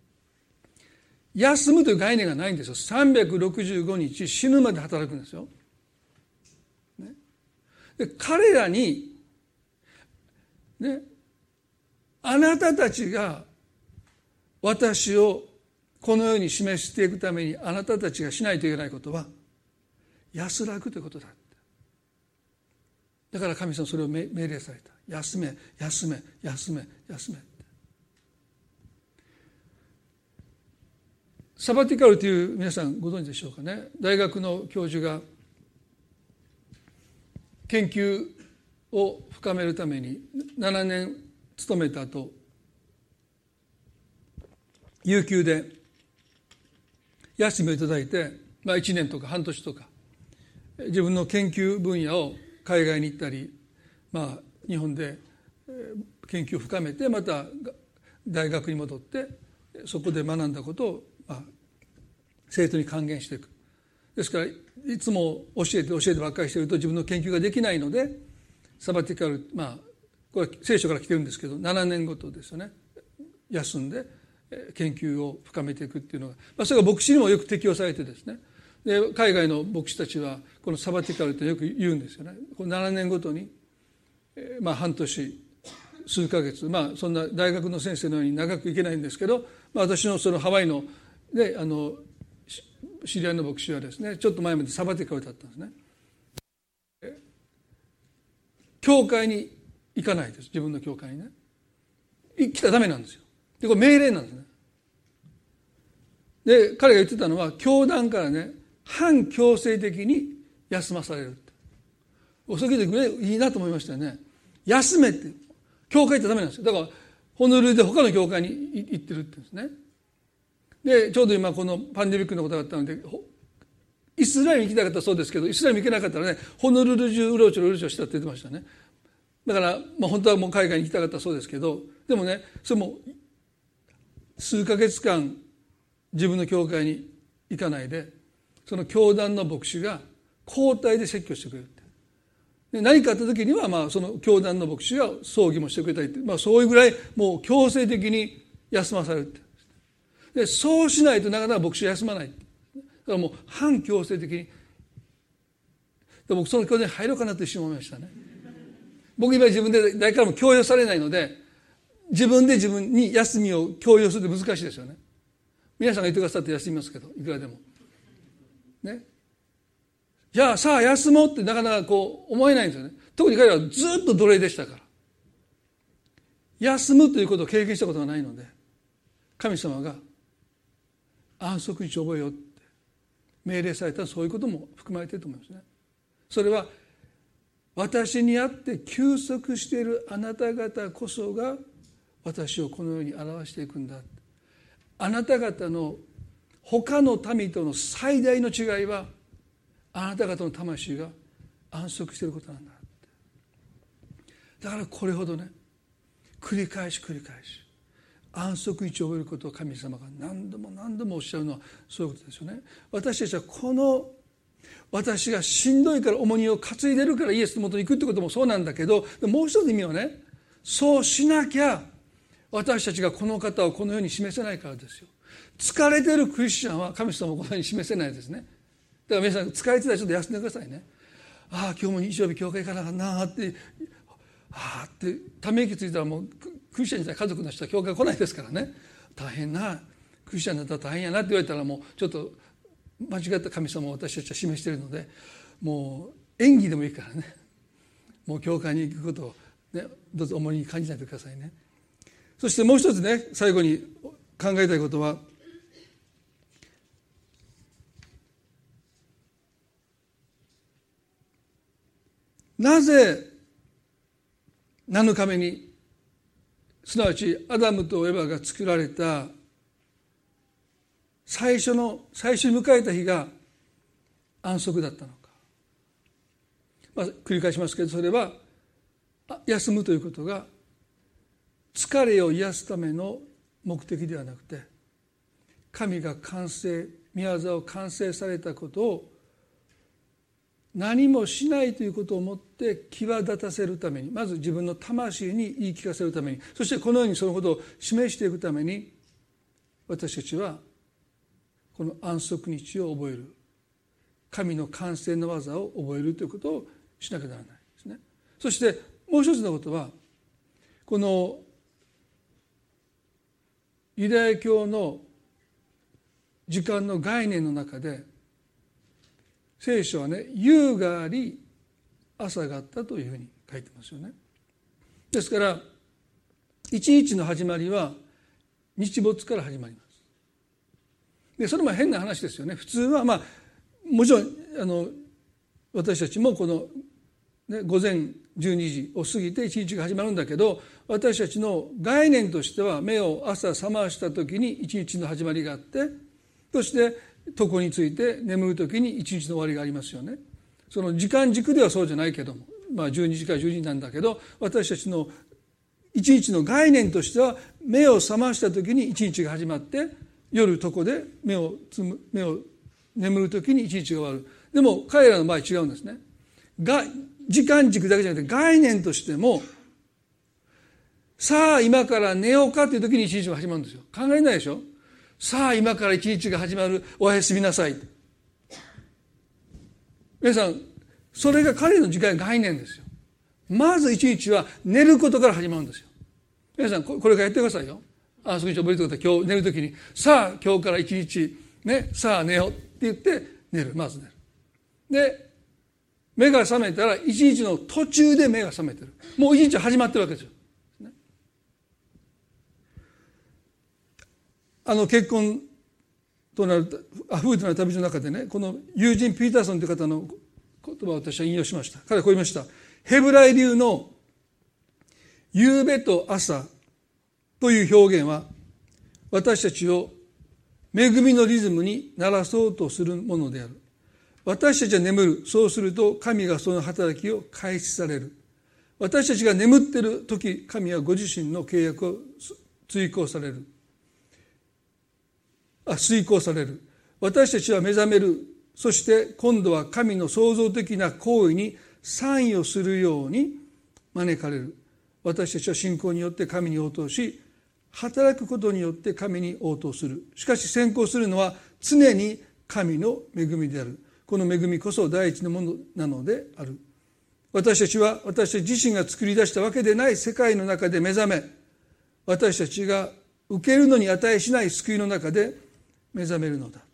休むという概念がないんですよ。さんびゃくろくじゅうごにち死ぬまで働くんですよ、ね、で彼らにね、あなたたちが私をこのように示していくためにあなたたちがしないといけないことは、 安らぐということだ。だから神様はそれを命令された。休め休め休め休め。サバティカルという皆さんご存知でしょうかね。大学の教授が研究を深めるためにななねん勤めた後、有給で休みをいただいて、まあ、いちねんとか半年とか自分の研究分野を海外に行ったり、まあ、日本で研究を深めてまた大学に戻ってそこで学んだことを、まあ、生徒に還元していく。ですからいつも教えて教えてばっかりしていると自分の研究ができないので、サバティカル、まあこれは聖書から来てるんですけど、ななねんごとですよね、休んで研究を深めていくっていうのが、まあ、それが牧師にもよく適用されてですね、で海外の牧師たちはこのサバティカルってよく言うんですよね。このななねんごとに、まあ、半年数ヶ月、まあそんな大学の先生のように長くいけないんですけど、まあ、私のそのハワイのであの知り合いの牧師はですね、ちょっと前までサバティカルだったんですね。教会に行かないです。自分の教会にね来たらダメなんですよ。でこれ命令なんですね。で彼が言ってたのは、教団からね反強制的に休まされるって。それでいいなと思いましたよね。休めって、教会行ったらダメなんですよ。だからホノルルで他の教会に行ってるって言うんですね。でちょうど今このパンデミックのことがあったので、イスラエルに行きたかったそうですけど、イスラエルに行けなかったらね、ホノルル中うろちょろうろちょろしたって言ってましたね。だから、まあ、本当はもう海外に行きたかったそうですけど、でもねそれも数ヶ月間自分の教会に行かないで、その教団の牧師が交代で説教してくれるって。で何かあった時には、まあ、その教団の牧師が葬儀もしてくれたりって、まあ、そういうぐらいもう強制的に休まされるって。でそうしないとなかなか牧師は休まない。だからもう反強制的に。で僕その教団に入ろうかなと一瞬思いましたね。僕今自分で誰からも強要されないので、自分で自分に休みを強要するって難しいですよね。皆さんが言ってくださって休みますけど、いくらでもね。じゃあさあ休もうってなかなかこう思えないんですよね。特に彼はずっと奴隷でしたから、休むということを経験したことがないので、神様が安息日を覚えようって命令されたら、そういうことも含まれていると思いますね。それは私にあって休息しているあなた方こそが私をこのように表していくんだ。あなた方の他の民との最大の違いは、あなた方の魂が安息していることなんだ。だからこれほどね、繰り返し繰り返し安息日を覚えることを神様が何度も何度もおっしゃるのはそういうことですよね。私たちはこの私がしんどいから重荷を担いでるからイエスのもとに行くってこともそうなんだけど、もう一つ意味はね、そうしなきゃ私たちがこの方をこのように示せないからですよ。疲れてるクリスチャンは神様をこのように示せないですね。だから皆さん疲れてたらちょっと休んでくださいね。ああ今日も日曜日教会行かなあかんなってああってため息ついたら、もうクリスチャンじゃない家族の人は教会来ないですからね。大変なクリスチャンだったら大変やなって言われたら、もうちょっと間違った神様を私たちは示しているので、もう演技でもいいからね、もう教会に行くことを、ね、どうぞ重荷に感じないでくださいね。そしてもう一つね、最後に考えたいことは、なぜなのかめに、すなわちアダムとエバが作られた最初の最初に迎えた日が安息だったのか、まあ、繰り返しますけど、それは休むということが疲れを癒すための目的ではなくて、神が完成御業を完成されたことを何もしないということをもって際立たせるために、まず自分の魂に言い聞かせるために、そしてこのようにそのことを示していくために、私たちはこの安息日を覚える、神の完成の技を覚えるということをしなきゃならないですね。そしてもう一つのことは、このユダヤ教の時間の概念の中で、 聖書はね、夕があり朝があったというふうに書いてますよね。ですから一日の始まりは日没から始まります。でそれも変な話ですよね。普通はまあもちろんあの私たちもこの、ね、午前じゅうにじを過ぎて一日が始まるんだけど、私たちの概念としては目を朝覚ました時に一日の始まりがあって、そして床について眠る時に一日の終わりがありますよね。その時間軸ではそうじゃないけども、まあじゅうにじからじゅうにじなんだけど、私たちの一日の概念としては目を覚ました時に一日が始まって、夜床で目をつむ目を眠る時に一日が終わる。でも彼らの場合違うんですね。が時間軸だけじゃなくて概念としても、さあ今から寝ようかという時に一日が始まるんですよ。考えないでしょ。さあ今から一日が始まる、おやすみなさい。皆さんそれが彼の時間概念ですよ。まず一日は寝ることから始まるんですよ。皆さんこれからやってくださいよ。あそこに覚えてください。今日寝るときにさあ今日から一日ね、さあ寝ようって言って寝る。まず寝る。で目が覚めたら一日の途中で目が覚めてる。もう一日始まってるわけですよ。ね、あの結婚となる夫婦となる旅路の中でね、この友人ピーターソンという方の言葉を私は引用しました。彼はこう言いました。ヘブライ流の夕べと朝という表現は私たちを恵みのリズムに慣らそうとするものである。私たちは眠る。そうすると神がその働きを開始される。私たちが眠っている時、神はご自身の契約を遂行される。あ、遂行される。私たちは目覚める。そして今度は神の創造的な行為に参与するように招かれる。私たちは信仰によって神に応答し、働くことによって神に応答する。しかし先行するのは常に神の恵みである。この恵みこそ第一のものなのである。私たちは私たち自身が作り出したわけでない世界の中で目覚め、私たちが受けるのに値しない救いの中で目覚めるのだ。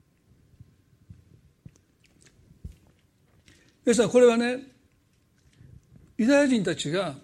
皆さんこれはね、ユダヤ人たちが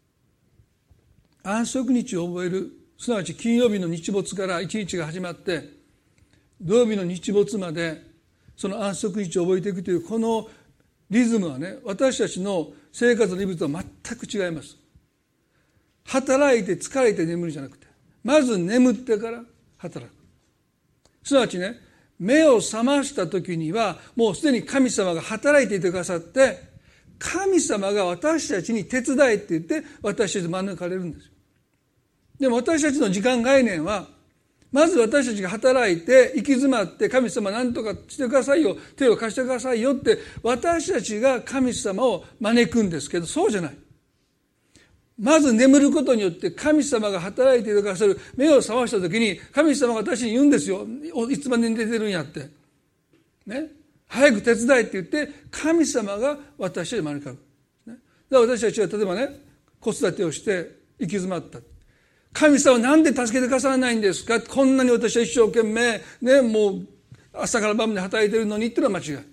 安息日を覚える、すなわち金曜日の日没から一日が始まって土曜日の日没までその安息日を覚えていくというこのリズムはね、私たちの生活のリズムとは全く違います。働いて疲れて眠るじゃなくて、まず眠ってから働く。すなわちね、目を覚ました時にはもうすでに神様が働いていてくださって、神様が私たちに手伝えって言って私たち招かれるんですよ。でも私たちの時間概念は、まず私たちが働いて行き詰まって神様何とかしてくださいよ、手を貸してくださいよって私たちが神様を招くんですけど、そうじゃない。まず眠ることによって神様が働いてくださる。目を覚ました時に神様が私に言うんですよ。いつまで寝てるんやってね、早く手伝えって言って神様が私たちに招かれる、ね、だから私たちは例えばね、子育てをして行き詰まった。神様なんで助けてくださらないんですか。こんなに私は一生懸命ね、もう朝から晩まで働いているのにっていうのは間違い。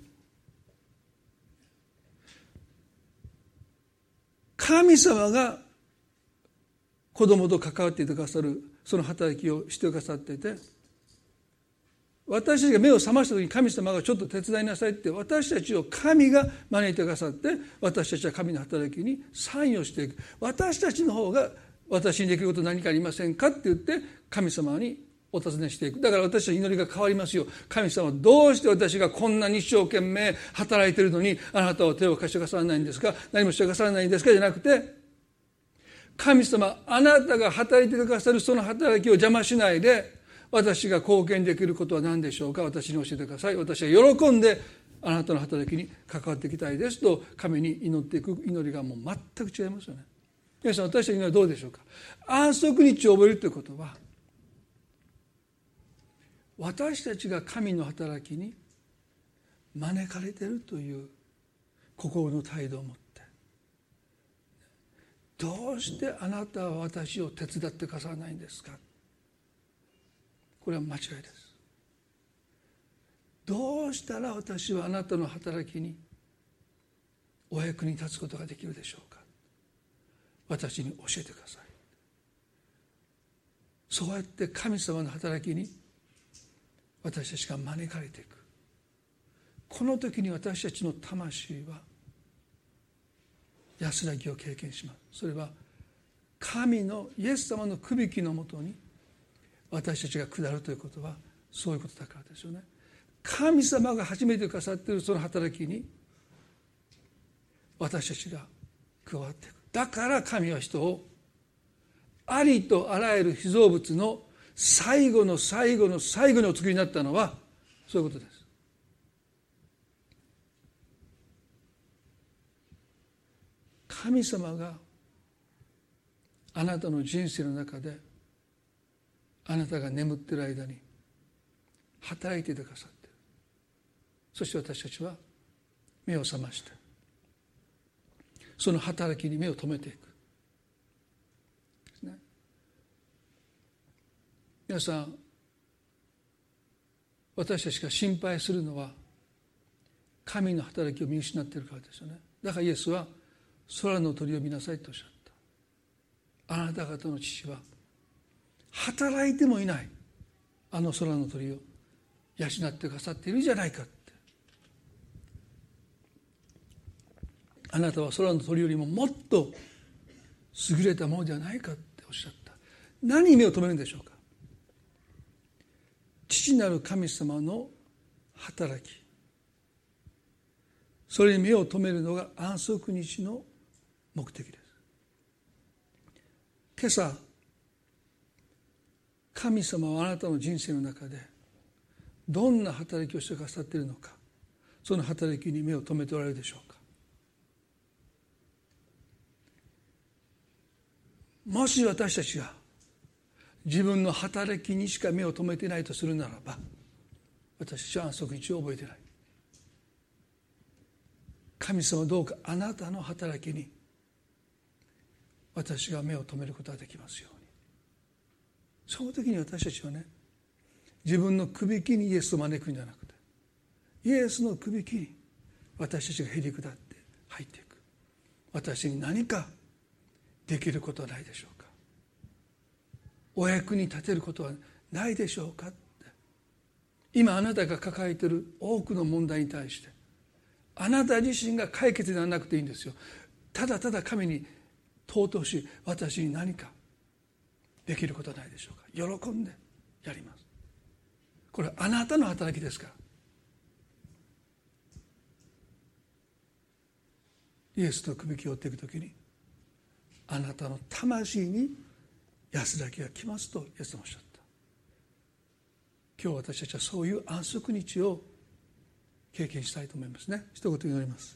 神様が子供と関わっていてくださる、その働きをしてくださっていて、私たちが目を覚ました時に神様がちょっと手伝いなさいって私たちを神が招いてくださって、私たちは神の働きに参与していく。私たちの方が私にできること何かありませんかって言って神様にお尋ねしていく。だから私たちの祈りが変わりますよ。神様、どうして私がこんなに一生懸命働いているのにあなたは手を貸してくださらないんですか、何もしてくださらないんですかじゃなくて、神様、あなたが働いてくださるその働きを邪魔しないで、私が貢献できることは何でしょうか、私に教えてください。私は喜んであなたの働きに関わっていきたいですと神に祈っていく祈りがもう全く違いますよね。皆さん、私たちの祈りはどうでしょうか。安息日を覚えるということは、私たちが神の働きに招かれているという心の態度を持って、どうしてあなたは私を手伝ってくださらないんですか。これは間違いです。 どうしたら私はあなたの働きにお役に立つことができるでしょうか。私に教えてください。そうやって神様の働きに私たちが招かれていく。この時に私たちの魂は安らぎを経験します。それは神のイエス様のくびきのもとに私たちが下るということはそういうことだからですよね。神様が初めてくださっているその働きに私たちが加わっていく。だから神は人をありとあらゆる被造物の最後の最後の最後にお作りになったのはそういうことです。神様があなたの人生の中であなたが眠っている間に働いていてくださっている。そして私たちは目を覚ましてその働きに目を留めていくですね。皆さん、私たちが心配するのは神の働きを見失っているからですよね。だからイエスは空の鳥を見なさいとおっしゃった。あなた方の父は働いてもいないあの空の鳥を養ってくださっているじゃないかって。あなたは空の鳥よりももっと優れたものではないかっておっしゃった。何に目を留めるんでしょうか。父なる神様の働き、それに目を留めるのが安息日の目的です。今朝神様はあなたの人生の中でどんな働きをしてくださっているのか、その働きに目を留めておられるでしょうか。もし私たちが自分の働きにしか目を留めていないとするならば、私たちは安息日を覚えていない。神様どうかあなたの働きに私が目を留めることができますように。その時に私たちはね、自分のくびきにイエスを招くんじゃなくて、イエスのくびきに私たちがへり下って入っていく。私に何かできることはないでしょうか。お役に立てることはないでしょうかって。今あなたが抱えている多くの問題に対してあなた自身が解決にならなくていいんですよ。ただただ神に尊し私に何かできることはないでしょうか。喜んでやります。これはあなたの働きですから。イエスのくびきを追っていくときにあなたの魂に安らぎが来ますとイエス様おっしゃった。今日私たちはそういう安息日を経験したいと思いますね。一言祈ります。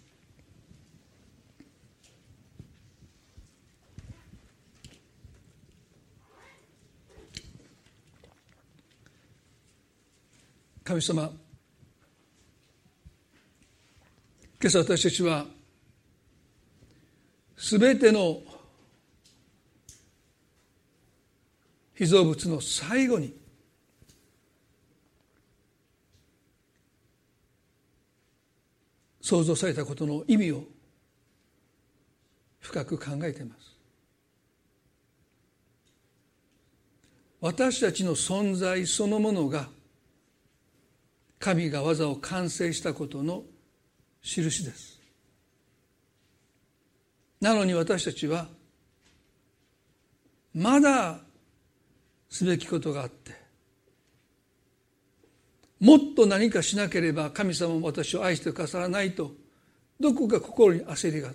神様、今朝私たちはすべての被造物の最後に創造されたことの意味を深く考えています。私たちの存在そのものが神が技を完成したことの印です。なのに私たちはまだすべきことがあって、もっと何かしなければ神様も私を愛してくださらないとどこか心に焦りがあって、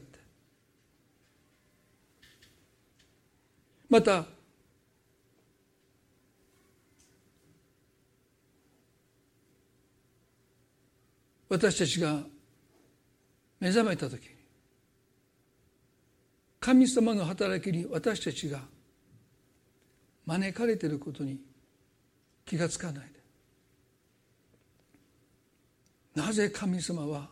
また私たちが目覚めたときに神様の働きに私たちが招かれていることに気がつかないで、なぜ神様は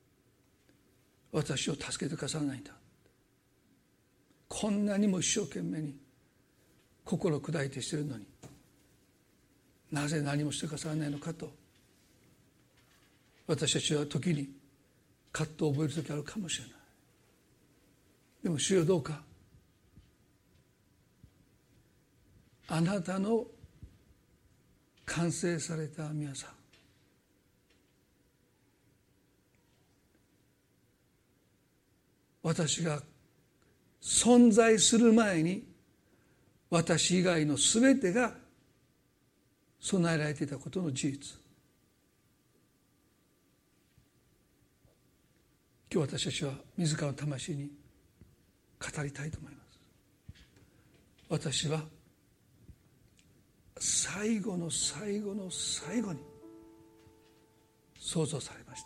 私を助けてくださらないんだ、こんなにも一生懸命に心砕いてしているのになぜ何もしてくださらないのかと私たちは時に葛藤を覚える時あるかもしれない。でも主よ、どうかあなたの完成された御業、私が存在する前に私以外のすべてが備えられていたことの事実、今日私たちは自らの魂に語りたいと思います。私は最後の最後の最後に創造されました。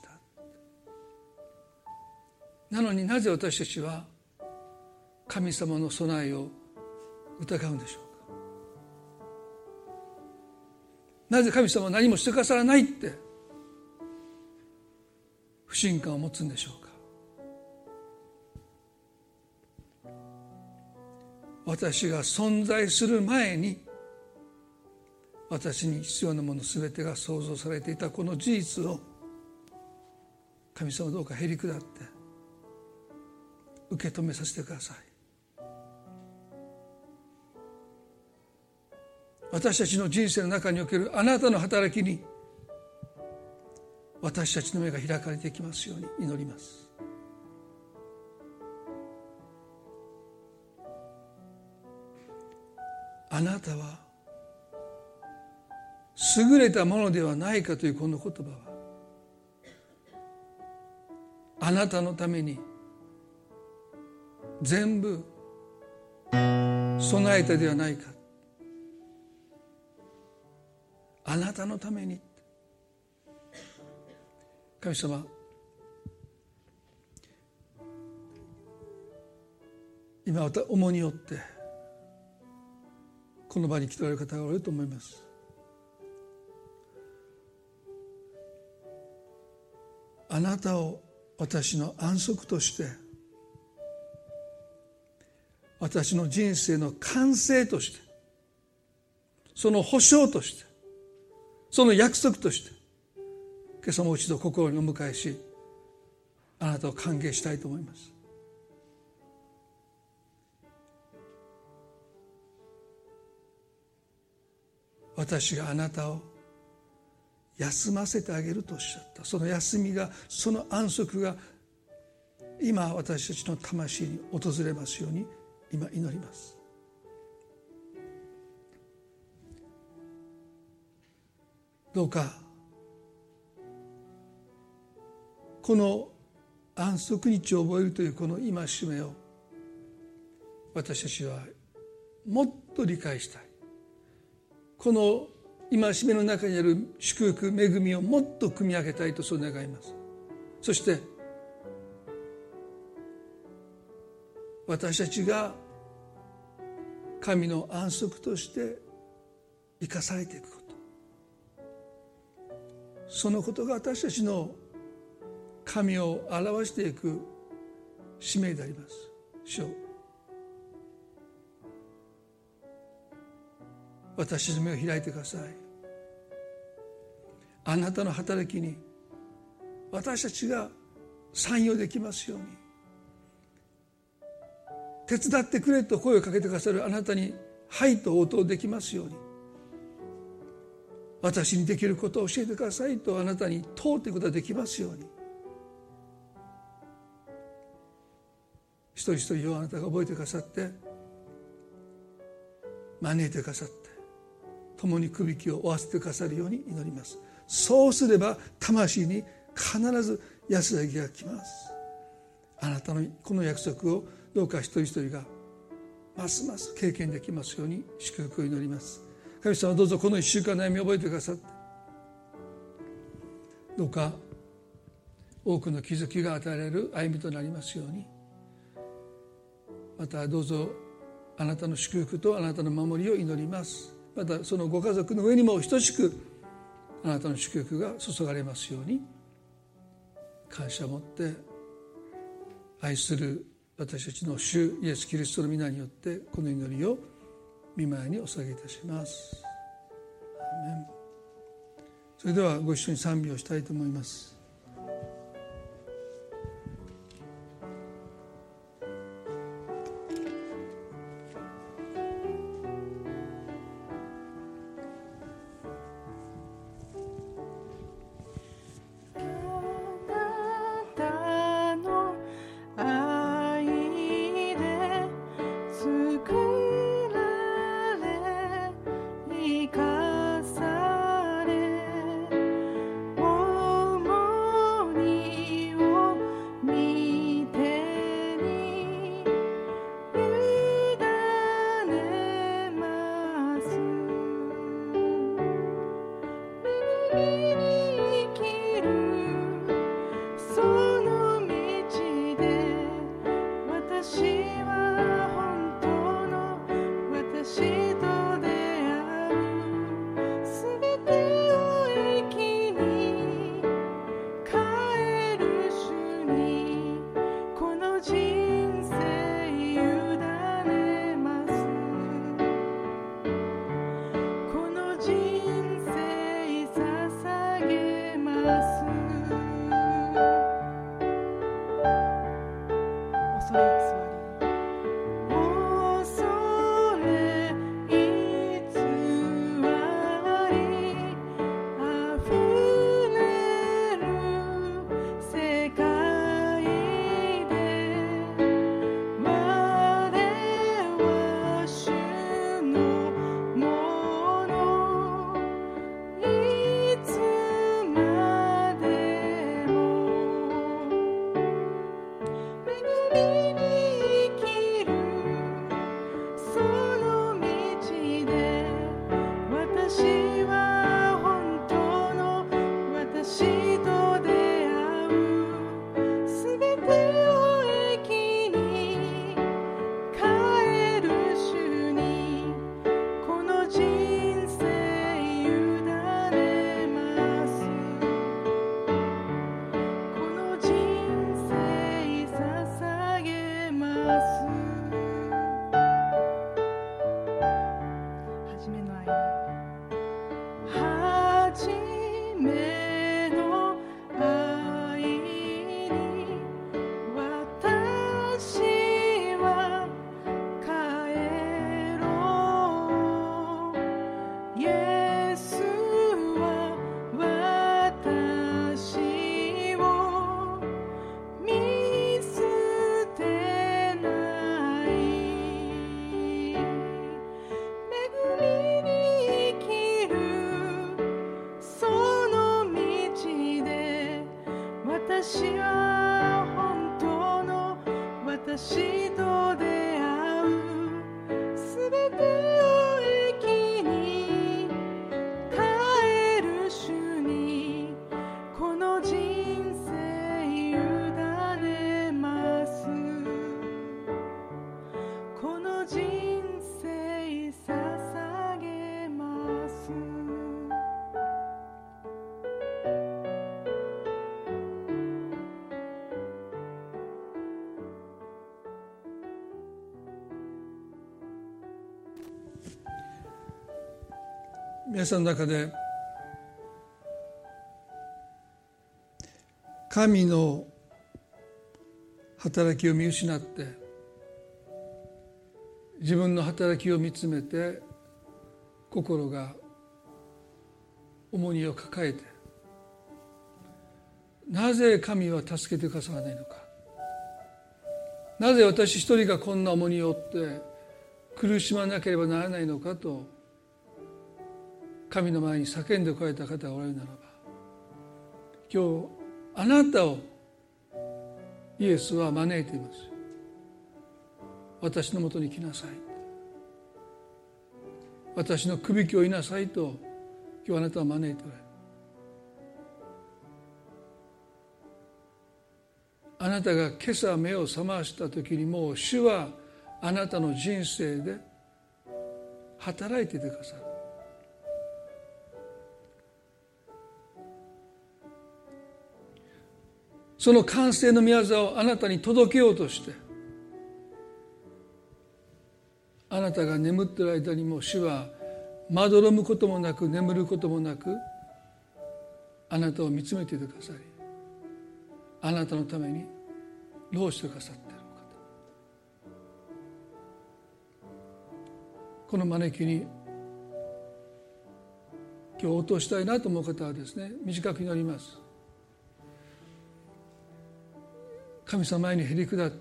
なのになぜ私たちは神様の備えを疑うんでしょうか。なぜ神様は何もしてくださらないって不信感を持つんでしょうか。私が存在する前に私に必要なものすべてが創造されていたこの事実を神様どうかへり下って受け止めさせてください。私たちの人生の中におけるあなたの働きに私たちの目が開かれていきますように祈ります。あなたは優れたものではないかというこの言葉はあなたのために全部備えたではないか。あなたのために神様、今重荷を負ってこの場に来ておられる方がおられると思います。あなたを私の安息として私の人生の完成としてその保証としてその約束として今朝もう一度心にお迎えしあなたを歓迎したいと思います。私があなたを休ませてあげるとおっしゃった。その休みがその安息が今私たちの魂に訪れますように今祈ります。どうかこの安息日を覚えるというこの戒めを私たちはもっと理解したい。この戒めの中にある祝福恵みをもっと組み上げたいとそう願います。そして私たちが神の安息として生かされていくこと、そのことが私たちの神を表していく使命であります。主よ、私の目を開いてください。あなたの働きに私たちが参与できますように、手伝ってくれと声をかけてくださるあなたにはいと応答できますように、私にできることを教えてくださいとあなたに問うていくことができますように、一人一人をあなたが覚えてくださって招いてくださって共にくびきを負わせてくださるように祈ります。そうすれば魂に必ず安らぎが来ます。あなたのこの約束をどうか一人一人がますます経験できますように祝福を祈ります。神様、どうぞこの一週間の悩みを覚えてくださって、どうか多くの気づきが与えられる歩みとなりますように、またどうぞあなたの祝福とあなたの守りを祈ります。またそのご家族の上にも等しくあなたの祝福が注がれますように感謝を持って愛する私たちの主イエス・キリストの皆によってこの祈りを御前にお捧げいたします。アーメン。それではご一緒に賛美をしたいと思います。 皆さんの中で神の働きを見失って自分の働きを見つめて心が重荷を抱えて、なぜ神は助けてくださらないのか、なぜ私一人がこんな重荷を負って苦しまなければならないのかと神の前に叫んでこられた方がおられるならば、今日あなたをイエスは招いています。私のもとに来なさい、私のくびきをいなさいと今日あなたは招いておられる。あなたが今朝目を覚ました時にもう主はあなたの人生で働いていてくださる。その完成の御業をあなたに届けようとして、あなたが眠っている間にも主はまどろむこともなく眠ることもなくあなたを見つめていてくださり、あなたのために労してくださっている方、この招きに今日応答したいなと思う方はですね、短く祈ります。神様前にへり下って、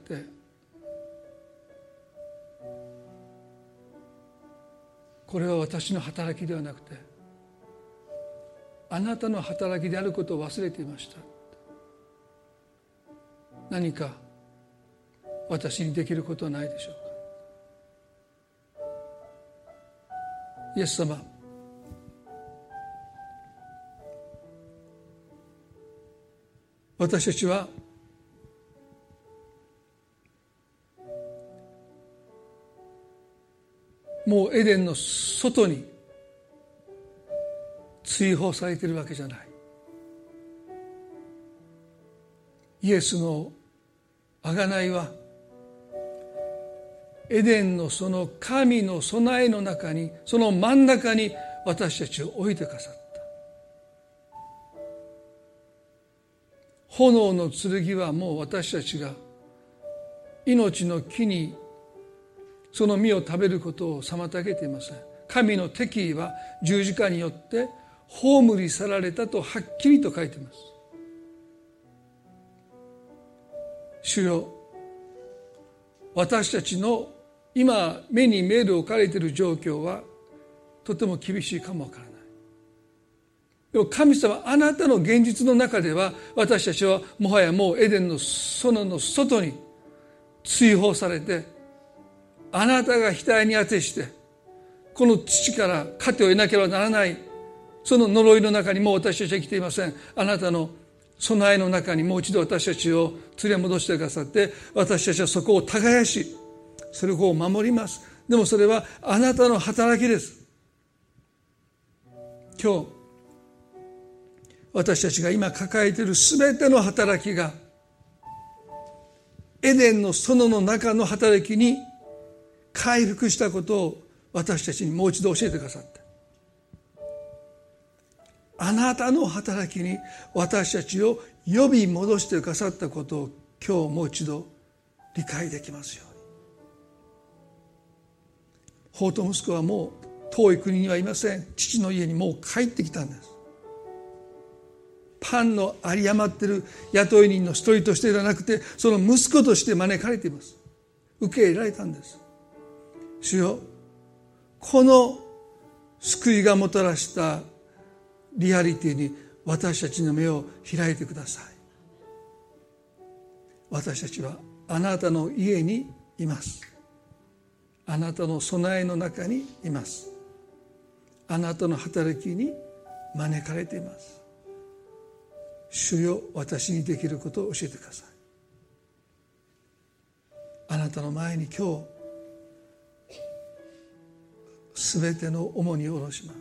これは私の働きではなくてあなたの働きであることを忘れていました。何か私にできることはないでしょうか。イエス様、私たちはもうエデンの外に追放されているわけじゃない。イエスの贖いはエデンのその神の備えの中に、その真ん中に私たちを置いてくださった。炎の剣はもう私たちが命の木にその実を食べることを妨げていません。神の敵意は十字架によって葬り去られたとはっきりと書いています。主よ、私たちの今目に見える置かれている状況はとても厳しいかもわからない。でも神様、あなたの現実の中では私たちはもはやもうエデンの園の外に追放されて、あなたが額に当てしてこの土から糧を得なければならない、その呪いの中にもう私たちは生きていません。あなたの備えの中にもう一度私たちを連れ戻してくださって、私たちはそこを耕し、それを守ります。でもそれはあなたの働きです。今日私たちが今抱えているすべての働きがエデンの園の中の働きに回復したことを私たちにもう一度教えてくださった。あなたの働きに私たちを呼び戻してくださったことを今日もう一度理解できますように。法と息子はもう遠い国にはいません。父の家にもう帰ってきたんです。パンの有り余っている雇い人の一人としてではなくて、その息子として招かれています。受け入れられたんです。主よ、この救いがもたらしたリアリティに私たちの目を開いてください。私たちはあなたの家にいます。あなたの備えの中にいます。あなたの働きに招かれています。主よ、私にできることを教えてください。あなたの前に今日すべての重荷を下ろします。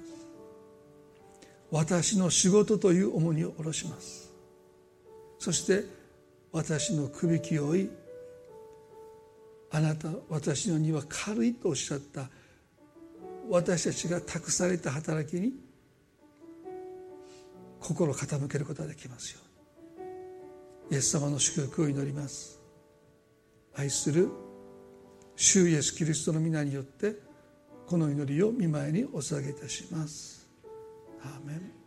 私の仕事という重荷を下ろします。そして私のくびきを負い、あなた、私の荷は軽いとおっしゃった私たちが託された働きに心を傾けることができますように。イエス様の祝福を祈ります。愛する主イエスキリストの皆によってこの祈りを御前にお捧げいたします。アーメン。